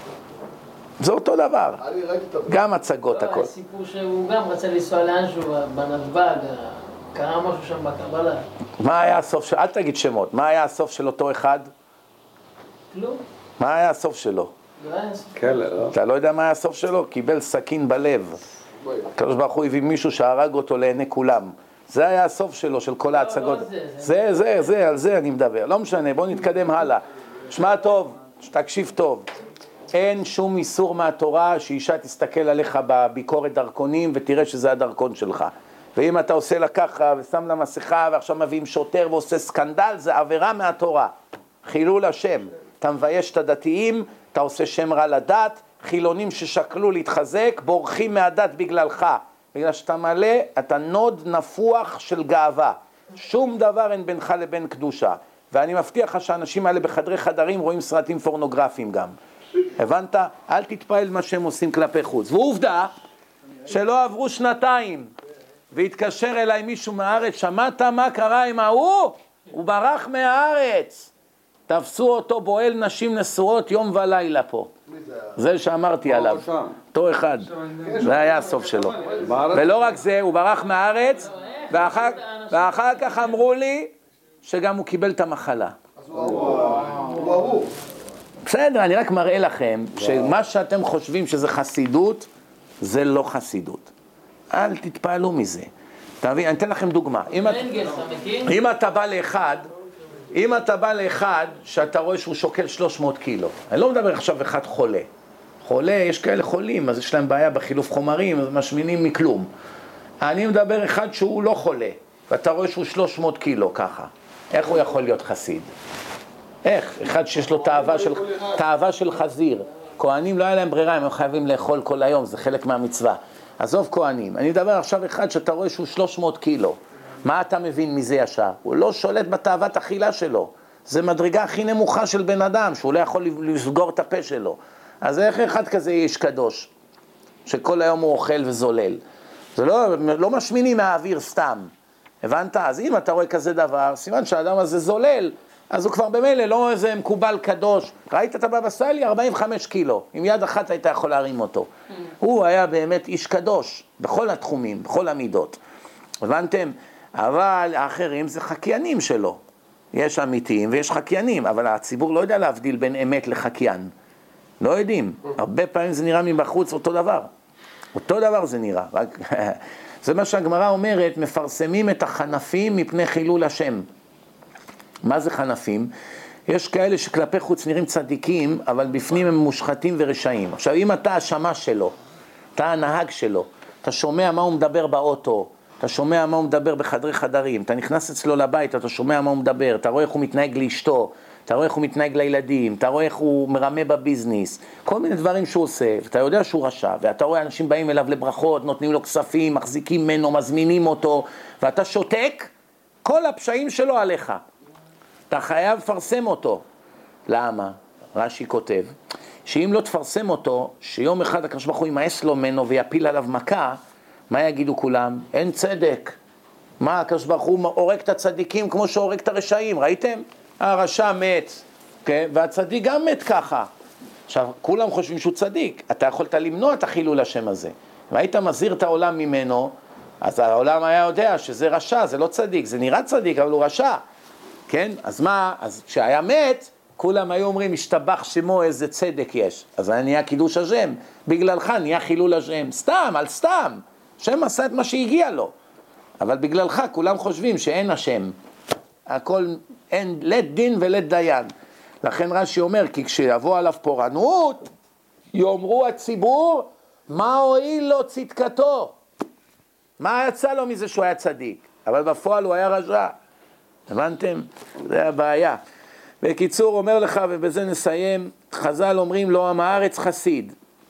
זה אותו דבר, גם הצגות הכל. היה סיפור שהוא גם רצה לנסוע לאנשהו בנתב"ג, קרה משהו שם בקבלה. מה היה הסוף של... אל תגיד שמות, מה היה הסוף של אותו אחד? כלום. מה היה הסוף שלו? לא היה הסוף. כן, לא. אתה לא יודע מה היה הסוף שלו? קיבל סכין בלב. הקדוש ברוך הוא הביא מישהו שהרג אותו לעיני כולם. זה היה הסוף שלו, של כל ההצגות. לא, זה, זה, זה, זה, על זה אני מדבר. לא משנה, בוא נתקדם הלאה. שמע טוב, תקשיב טוב. אין שום איסור מהתורה שאישה תסתכל עליך בביקורת דרכונים ותראה שזה הדרכון שלך. ואם אתה עושה לה ככה ושם לה מסכה ועכשיו מביאים שוטר ועושה סקנדל, זה עבירה מהתורה. חילול השם. אתה מבייש את הדתיים, אתה עושה שם רע לדת, חילונים ששקלו להתחזק, בורחים מהדת בגללך. בגלל שאתה מלא, אתה נוד נפוח של גאווה. שום דבר אין בינך לבין קדושה. ואני מבטיח לך שהאנשים האלה בחדרי חדרים רואים סרטים פורנוגרפיים גם. הבנת? אל תתפעל מה שהם עושים כלפי חוץ. ועובדה שלא עברו שנתיים. והתקשר אליי מישהו מהארץ, שמעת מה קרה עם ההוא? הוא ברח מהארץ. תפסו אותו בועל נשים נשואות יום ולילה פה. זה שאמרתי עליו. אותו אחד. זה היה הסוף שלו. ולא רק זה, הוא ברח מהארץ, ואחר כך אמרו לי שגם הוא קיבל את המחלה. בסדר, אני רק מראה לכם שמה שאתם חושבים שזה חסידות, זה לא חסידות. אל תתפעלו מזה. תבין, אני אתן לכם דוגמה. אם אתה, אם אתה בא לאחד, אם אתה בא לאחד שאתה רואה שהוא שוקל שלוש מאות קילו, אני לא מדבר עכשיו אחד חולה. חולה, יש כאלה חולים, אז יש להם בעיה בחילוף חומרים, אז משמינים מכלום. אני מדבר אחד שהוא לא חולה, ואתה רואה שהוא שלוש מאות קילו ככה. איך הוא יכול להיות חסיד? איך? אחד שיש לו תאווה של, תאווה של חזיר. כהנים לא היה להם ברירה, הם חייבים לאכול כל היום, זה חלק מהמצווה. עזוב כהנים, אני מדבר עכשיו אחד שאתה רואה שהוא שלוש מאות קילו. מה אתה מבין מזה ישר? הוא לא שולט בתאוות אכילה שלו. זה מדרגה הכי נמוכה של בן אדם, שהוא לא יכול לסגור את הפה שלו. אז איך אחד כזה איש קדוש, שכל היום הוא אוכל וזולל? זה לא, לא משמינים מהאוויר סתם, הבנת? אז אם אתה רואה כזה דבר, סימן שהאדם הזה זולל, אז הוא כבר במילא לא איזה מקובל קדוש. ראית את הבבא סאלי? ארבעים וחמש קילו, עם יד אחת היית יכול להרים אותו. הוא היה באמת איש קדוש, בכל התחומים, בכל המידות. הבנתם? אבל האחרים זה חקיינים שלו. יש אמיתיים ויש חקיינים, אבל הציבור לא יודע להבדיל בין אמת לחקיין. לא יודעים. הרבה פעמים זה נראה מבחוץ אותו דבר. אותו דבר זה נראה. רק... זה מה שהגמרא אומרת, מפרסמים את החנפים מפני חילול השם. מה זה חנפים? יש כאלה שכלפי חוץ נראים צדיקים, אבל בפנים הם מושחתים ורשעים. עכשיו, אם אתה השמש שלו, אתה הנהג שלו, אתה שומע מה הוא מדבר באוטו, אתה שומע מה הוא מדבר בחדרי חדרים, אתה נכנס אצלו לבית, אתה שומע מה הוא מדבר, אתה רואה איך הוא מתנהג לאשתו, אתה רואה איך הוא מתנהג לילדים, אתה רואה איך הוא מרמה בביזנס, כל מיני דברים שהוא עושה, ואתה יודע שהוא רשע, ואתה רואה אנשים באים אליו לברכות, נותנים לו כספים, מחזיקים ממנו, מזמינים אותו, ואתה שותק, כל הפשעים שלו עליך. אתה חייב לפרסם אותו. למה? רש"י כותב, שאם לא תפרסם אותו, שיום אחד הקדוש ברוך הוא ימאס לו ממנו ויפיל עליו מכה, מה יגידו כולם? אין צדק. מה, הקדוש ברוך הוא הורג את הצדיקים כמו שהורג את הרשעים, ראיתם? הרשע מת, okay? והצדיק גם מת ככה. עכשיו, כולם חושבים שהוא צדיק, אתה יכולת למנוע את החילול השם הזה. והיית מזהיר את העולם ממנו, אז העולם היה יודע שזה רשע, זה לא צדיק, זה נראה צדיק, אבל הוא רשע. כן? אז מה? אז כשהיה מת, כולם היו אומרים, משתבח שמו, איזה צדק יש. אז היה נהיה קידוש השם, בגללך נהיה חילול השם. סתם, על סתם. השם עשה את מה שהגיע לו. אבל בגללך כולם חושבים שאין השם. הכל, אין לית דין ולית דיין. לכן רש"י אומר, כי כשיבוא עליו פורענות, יאמרו הציבור, מה הועיל לו צדקתו? מה יצא לו מזה שהוא היה צדיק? אבל בפועל הוא היה רשע. הבנתם? זה הבעיה. בקיצור, אומר לך, ובזה נסיים, חז"ל אומרים לו, עם הארץ חסיד.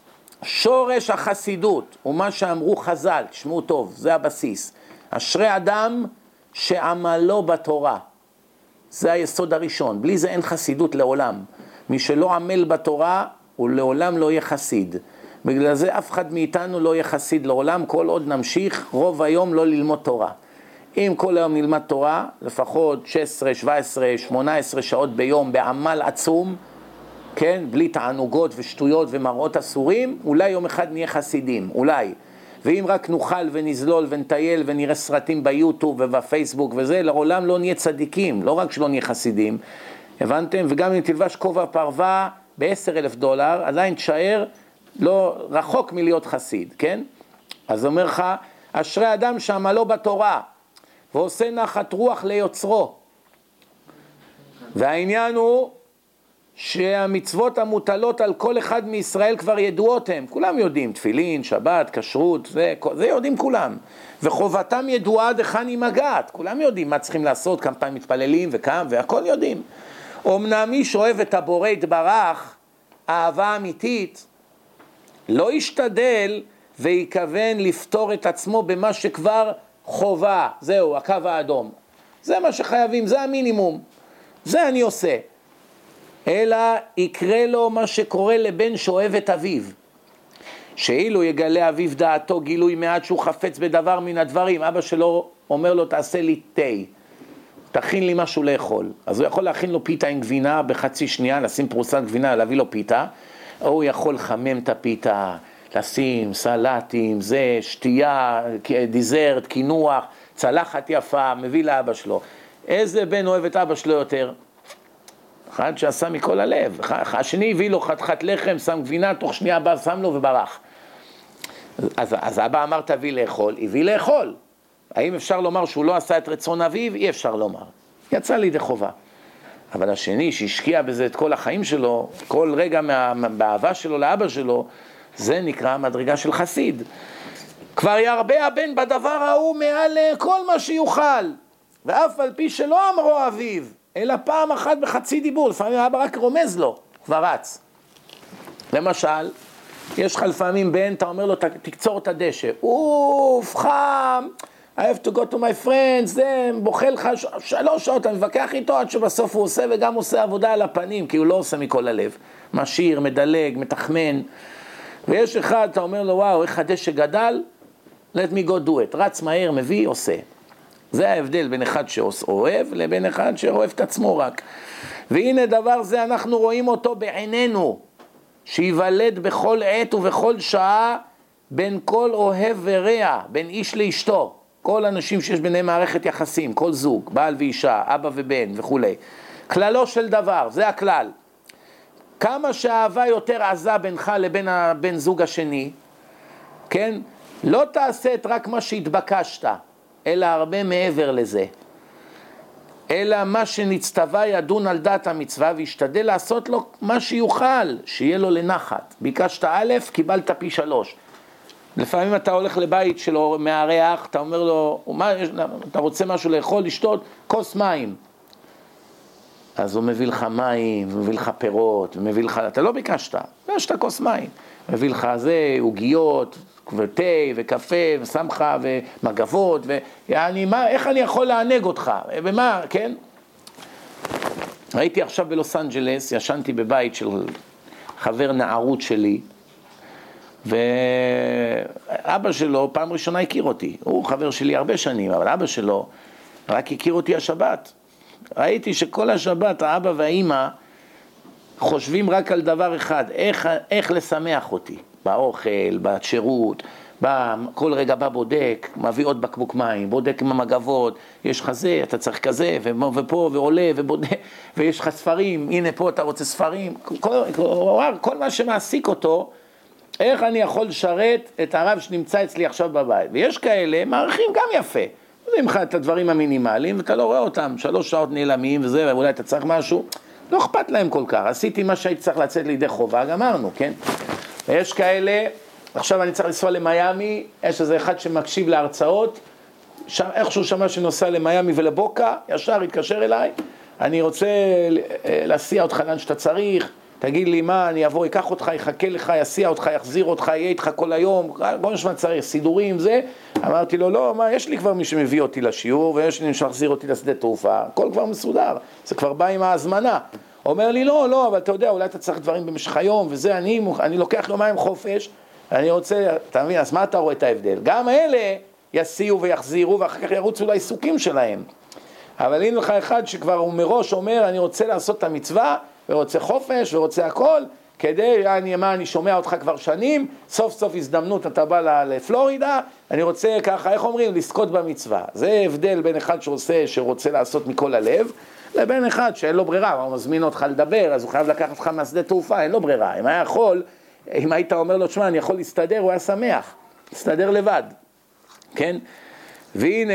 שורש החסידות, ומה שאמרו חז"ל, תשמעו טוב, זה הבסיס. אשרי אדם שעמלו בתורה. זה היסוד הראשון. בלי זה אין חסידות לעולם. מי שלא עמל בתורה, הוא לעולם לא יהיה חסיד. בגלל זה אף אחד מאיתנו לא יהיה חסיד לעולם, כל עוד נמשיך רוב היום לא ללמוד תורה. אם כל היום נלמד תורה, לפחות שש עשרה, שבע עשרה, שמונה עשרה שעות ביום בעמל עצום, כן, בלי תענוגות ושטויות ומראות אסורים, אולי יום אחד נהיה חסידים, אולי. ואם רק נוכל ונזלול ונטייל ונראה סרטים ביוטיוב ובפייסבוק וזה, לעולם לא נהיה צדיקים, לא רק שלא נהיה חסידים, הבנתם? וגם אם תלבש כובע פרווה ב-עשרת אלפים דולר, עדיין תשאר לא רחוק מלהיות חסיד, כן? אז אומר לך, אשרי אדם שעמלו בתורה, ועושה נחת רוח ליוצרו. והעניין הוא שהמצוות המוטלות על כל אחד מישראל כבר ידועות הם. כולם יודעים, תפילין, שבת, כשרות, זה, זה יודעים כולם. וחובתם ידועה דכאן היא מגעת. כולם יודעים מה צריכים לעשות, כמה פעמים מתפללים וכמה, והכל יודעים. אמנם מי שאוהב את הבורא יתברך, אהבה אמיתית, לא ישתדל ויקוון לפתור את עצמו במה שכבר חובה, זהו, הקו האדום. זה מה שחייבים, זה המינימום. זה אני עושה. אלא יקרה לו מה שקורה לבן שאוהב את אביו. שאילו יגלה אביו דעתו גילוי מעט שהוא חפץ בדבר מן הדברים. אבא שלו אומר לו, תעשה לי תה. תכין לי משהו לאכול. אז הוא יכול להכין לו פיתה עם גבינה בחצי שנייה, לשים פרוסת גבינה, להביא לו פיתה. או הוא יכול לחמם את הפיתה, לשים סלטים, זה, שתייה, דיזרט, קינוח, צלחת יפה, מביא לאבא שלו. איזה בן אוהב את אבא שלו יותר? אחד שעשה מכל הלב. השני הביא לו חתיכת לחם, שם גבינה, תוך שנייה הבא שם לו וברח. אז, אז אבא אמר תביא לאכול, הביא לאכול. האם אפשר לומר שהוא לא עשה את רצון אביו? אי אפשר לומר. יצא לידי חובה. אבל השני שהשקיע בזה את כל החיים שלו, כל רגע מה, באהבה שלו לאבא שלו, זה נקרא מדרגה של חסיד. כבר ירבה הבן בדבר ההוא מעל כל מה שיוכל, ואף על פי שלא אמרו אביו, אלא פעם אחת בחצי דיבור, לפעמים האבא רק רומז לו, כבר רץ. למשל, יש לך לפעמים בן, אתה אומר לו, תקצור את הדשא, אוף, חם, I have to go to my friends, זה בוכה לך שלוש שעות, אני מבקח איתו עד שבסוף הוא עושה וגם עושה עבודה על הפנים, כי הוא לא עושה מכל הלב. משאיר, מדלג, מתחמן. ויש אחד, אתה אומר לו, וואו, איך הדשא גדל? let me go do it. רץ מהר, מביא, עושה. זה ההבדל בין אחד שאוהב לבין אחד שאוהב את עצמו רק. והנה דבר זה אנחנו רואים אותו בעינינו, שיוולד בכל עת ובכל שעה בין כל אוהב ורע, בין איש לאשתו. כל אנשים שיש ביניהם מערכת יחסים, כל זוג, בעל ואישה, אבא ובן וכו'. כללו של דבר, זה הכלל. כמה שהאהבה יותר עזה בינך לבין הבן זוג השני, כן? לא תעשה את רק מה שהתבקשת, אלא הרבה מעבר לזה. אלא מה שנצטווה ידון על דעת המצווה, וישתדל לעשות לו מה שיוכל, שיהיה לו לנחת. ביקשת א', קיבלת פי שלוש. לפעמים אתה הולך לבית שלו מארח, אתה אומר לו, מה, אתה רוצה משהו לאכול, לשתות, כוס מים. אז הוא מביא לך מים, מביא לך פירות, מביא לך, אתה לא ביקשת, ביקשת כוס מים. מביא לך זה, עוגיות, ותה וקפה וסמכה ומגבות, ואני, מה, איך אני יכול לענג אותך? ומה, כן? הייתי עכשיו בלוס אנג'לס, ישנתי בבית של חבר נערות שלי, ואבא שלו פעם ראשונה הכיר אותי. הוא חבר שלי הרבה שנים, אבל אבא שלו רק הכיר אותי השבת. ראיתי שכל השבת האבא והאמא חושבים רק על דבר אחד, איך, איך לשמח אותי. באוכל, בשירות, בא, כל רגע בא בודק, מביא עוד בקבוק מים, בודק עם המגבות, יש לך זה, אתה צריך כזה, ופה ועולה ובודק, ויש לך ספרים, הנה פה אתה רוצה ספרים, כל, כל, כל מה שמעסיק אותו, איך אני יכול לשרת את הרב שנמצא אצלי עכשיו בבית. ויש כאלה, מערכים גם יפה. יודעים לך את הדברים המינימליים, ואתה לא רואה אותם, שלוש שעות נעלמים וזה, ואולי אתה צריך משהו, לא אכפת להם כל כך. עשיתי מה שהייתי צריך לצאת לידי חובה, גמרנו, כן? ויש כאלה, עכשיו אני צריך לנסוע למיימי, יש איזה אחד שמקשיב להרצאות, שם, איכשהו שמע שנוסע למיימי ולבוקה, ישר התקשר אליי, אני רוצה להסיע אותך לאן שאתה צריך, תגיד לי מה, אני אבוא, ייקח אותך, יחכה לך, יסיע אותך, יחזיר אותך, יהיה איתך כל היום, בוא נשמע צריך, סידורים, זה. אמרתי לו, לא, מה, יש לי כבר מי שמביא אותי לשיעור, ויש לי מי שמחזיר אותי לשדה תעופה, הכל כבר מסודר, זה כבר בא עם ההזמנה. אומר לי, לא, לא, אבל אתה יודע, אולי אתה צריך דברים במשך היום, וזה, אני, אני לוקח יומיים חופש, אני רוצה, אתה מבין, אז מה אתה רואה את ההבדל? גם אלה יסיעו ויחזירו, ואחר כך ירוצו לעיסוקים שלהם. אבל הנה לך אחד שכבר הוא מראש אומר, אני רוצה לעשות את המצווה, ורוצה חופש, ורוצה הכל, כדי, אני, מה, אני שומע אותך כבר שנים, סוף סוף הזדמנות, אתה בא לפלורידה, אני רוצה ככה, איך אומרים, לזכות במצווה. זה הבדל בין אחד שעושה, שרוצה לעשות מכל הלב, לבין אחד שאין לו ברירה, הוא מזמין אותך לדבר, אז הוא חייב לקחת אותך מהשדה תעופה, אין לו ברירה. אם היה יכול, אם היית אומר לו, תשמע, אני יכול להסתדר, הוא היה שמח, להסתדר לבד, כן? והנה,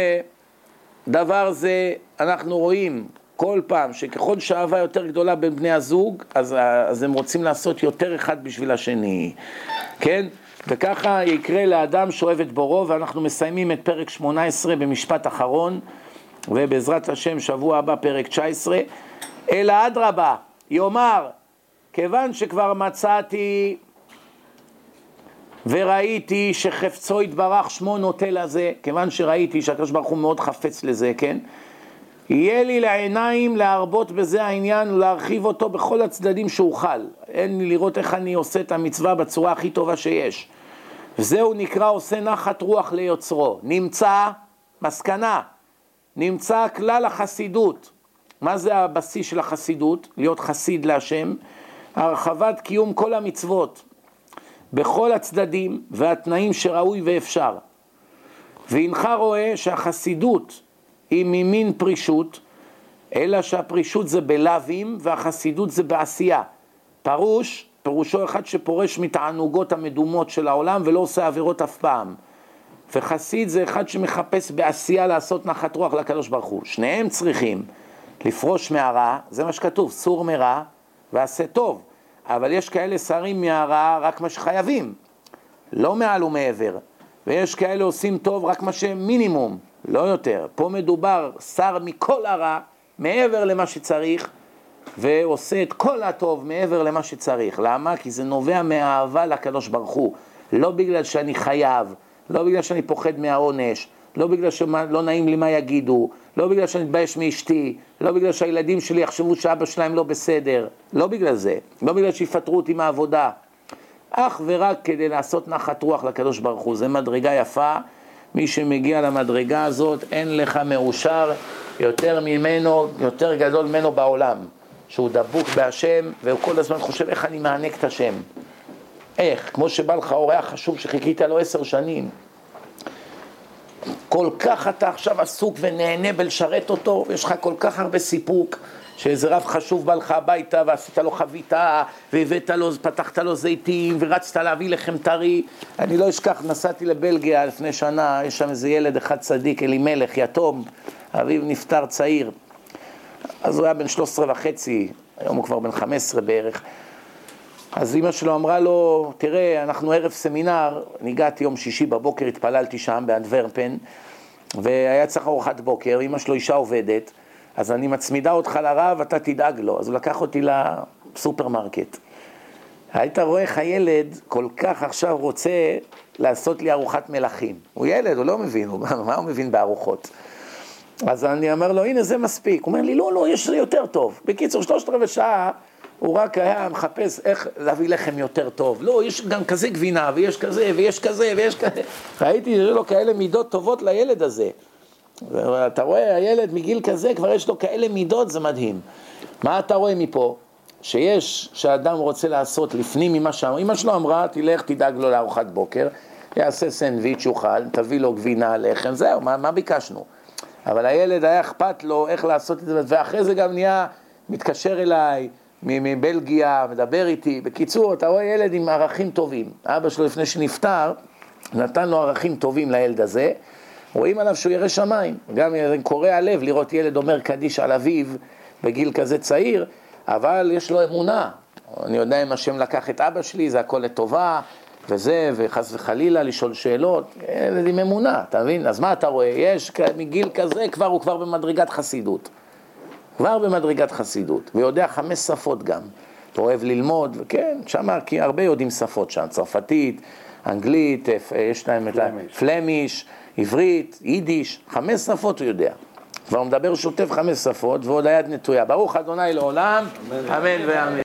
דבר זה, אנחנו רואים כל פעם, שככל שהאהבה יותר גדולה בין בני הזוג, אז, אז הם רוצים לעשות יותר אחד בשביל השני, כן? וככה יקרה לאדם שאוהב את בורו, ואנחנו מסיימים את פרק שמונה עשרה במשפט אחרון, ובעזרת השם שבוע הבא פרק תשע עשרה, אלא אדרבה, יאמר, כיוון שכבר מצאתי וראיתי שחפצו יתברך שמו נוטה לזה, כיוון שראיתי שהקדוש ברוך הוא מאוד חפץ לזה, כן? יהיה לי לעיניים להרבות בזה העניין ולהרחיב אותו בכל הצדדים שאוכל. אין לי לראות איך אני עושה את המצווה בצורה הכי טובה שיש. וזהו נקרא עושה נחת רוח ליוצרו. נמצא, מסקנה, נמצא כלל החסידות. מה זה הבסיס של החסידות? להיות חסיד להשם. הרחבת קיום כל המצוות בכל הצדדים והתנאים שראוי ואפשר. והנך רואה שהחסידות היא ממין פרישות, אלא שהפרישות זה בלבים והחסידות זה בעשייה. פרוש, פירושו אחד שפורש מתענוגות המדומות של העולם ולא עושה עבירות אף פעם. וחסיד זה אחד שמחפש בעשייה לעשות נחת רוח לקדוש ברוך הוא. שניהם צריכים לפרוש מהרע, זה מה שכתוב, סור מרע ועשה טוב. אבל יש כאלה שרים מהרע רק מה שחייבים, לא מעל ומעבר. ויש כאלה עושים טוב רק מה שמינימום, לא יותר. פה מדובר שר מכל הרע מעבר למה שצריך, ועושה את כל הטוב מעבר למה שצריך. למה? כי זה נובע מהאהבה לקדוש ברוך הוא. לא בגלל שאני חייב, לא בגלל שאני פוחד מהעונש, לא בגלל שלא נעים לי מה יגידו, לא בגלל שאני מתבייש מאשתי, לא בגלל שהילדים שלי יחשבו שאבא שלהם לא בסדר, לא בגלל זה, לא בגלל שיפטרו אותי מהעבודה, אך ורק כדי לעשות נחת רוח לקדוש ברוך הוא. זה מדרגה יפה, מי שמגיע למדרגה הזאת אין לך מאושר יותר ממנו, יותר גדול ממנו בעולם, שהוא דבוק בהשם והוא כל הזמן חושב איך אני מענק את השם, איך, כמו שבא לך אורח חשוב שחיכית לו עשר שנים, כל כך אתה עכשיו עסוק ונהנה בלשרת אותו, יש לך כל כך הרבה סיפוק, שאיזה רב חשוב בא לך הביתה ועשית לו חביתה והבאת לו, פתחת לו זיתים ורצת להביא לכם טרי. אני לא אשכח, נסעתי לבלגיה לפני שנה, יש שם איזה ילד אחד צדיק, אלימלך, יתום, אביו נפטר צעיר, אז הוא היה בן שלוש עשרה וחצי, היום הוא כבר בן חמש עשרה בערך. אז אמא שלו אמרה לו, תראה, אנחנו ערב סמינר, ניגעתי יום שישי בבוקר, התפללתי שם באנטוורפן, והיה צריך ארוחת בוקר, אמא שלו אישה עובדת, אז אני מצמידה אותך לרב, אתה תדאג לו. אז הוא לקח אותי לסופרמרקט. היית רואה איך הילד כל כך עכשיו רוצה לעשות לי ארוחת מלכים. הוא ילד, הוא לא מבין, הוא, מה הוא מבין בארוחות? אז אני אומר לו, הנה זה מספיק. הוא אומר לי, לא, לא, יש לי יותר טוב. בקיצור, שלושת רבעי שעה, הוא רק היה מחפש איך להביא לכם יותר טוב. לא, יש גם כזה גבינה, ויש כזה, ויש כזה, ויש כזה. ראיתי שיש לו כאלה מידות טובות לילד הזה. ואתה רואה, הילד מגיל כזה כבר יש לו כאלה מידות, זה מדהים. מה אתה רואה מפה? שיש, שהאדם רוצה לעשות לפנים ממה שאמר. אמא שלו אמרה, תלך, תדאג לו לארוחת בוקר, יעשה סנדוויץ', יאכל, תביא לו גבינה, לחם, זהו, מה, מה ביקשנו? אבל הילד היה אכפת לו איך לעשות את זה, ואחרי זה גם נהיה, מתקשר אליי, מבלגיה, מדבר איתי. בקיצור, אתה רואה ילד עם ערכים טובים. אבא שלו לפני שנפטר, נתן לו ערכים טובים לילד הזה, רואים עליו שהוא ירא שמיים. גם קורע הלב לראות ילד אומר קדיש על אביו בגיל כזה צעיר, אבל יש לו אמונה. אני יודע אם השם לקח את אבא שלי, זה הכל לטובה, וזה, וחס וחלילה לשאול שאלות, ילד עם אמונה, אתה מבין? אז מה אתה רואה? יש מגיל כזה, כבר הוא כבר במדרגת חסידות. כבר במדרגת חסידות, ויודע חמש שפות גם, ואוהב ללמוד, וכן, שמה, כי הרבה יודעים שפות שם, צרפתית, אנגלית, יש להם את פלמיש, עברית, יידיש, חמש שפות הוא יודע. כבר מדבר שוטף חמש שפות, ועוד היד נטויה. ברוך אדוני לעולם, אמן ואמן.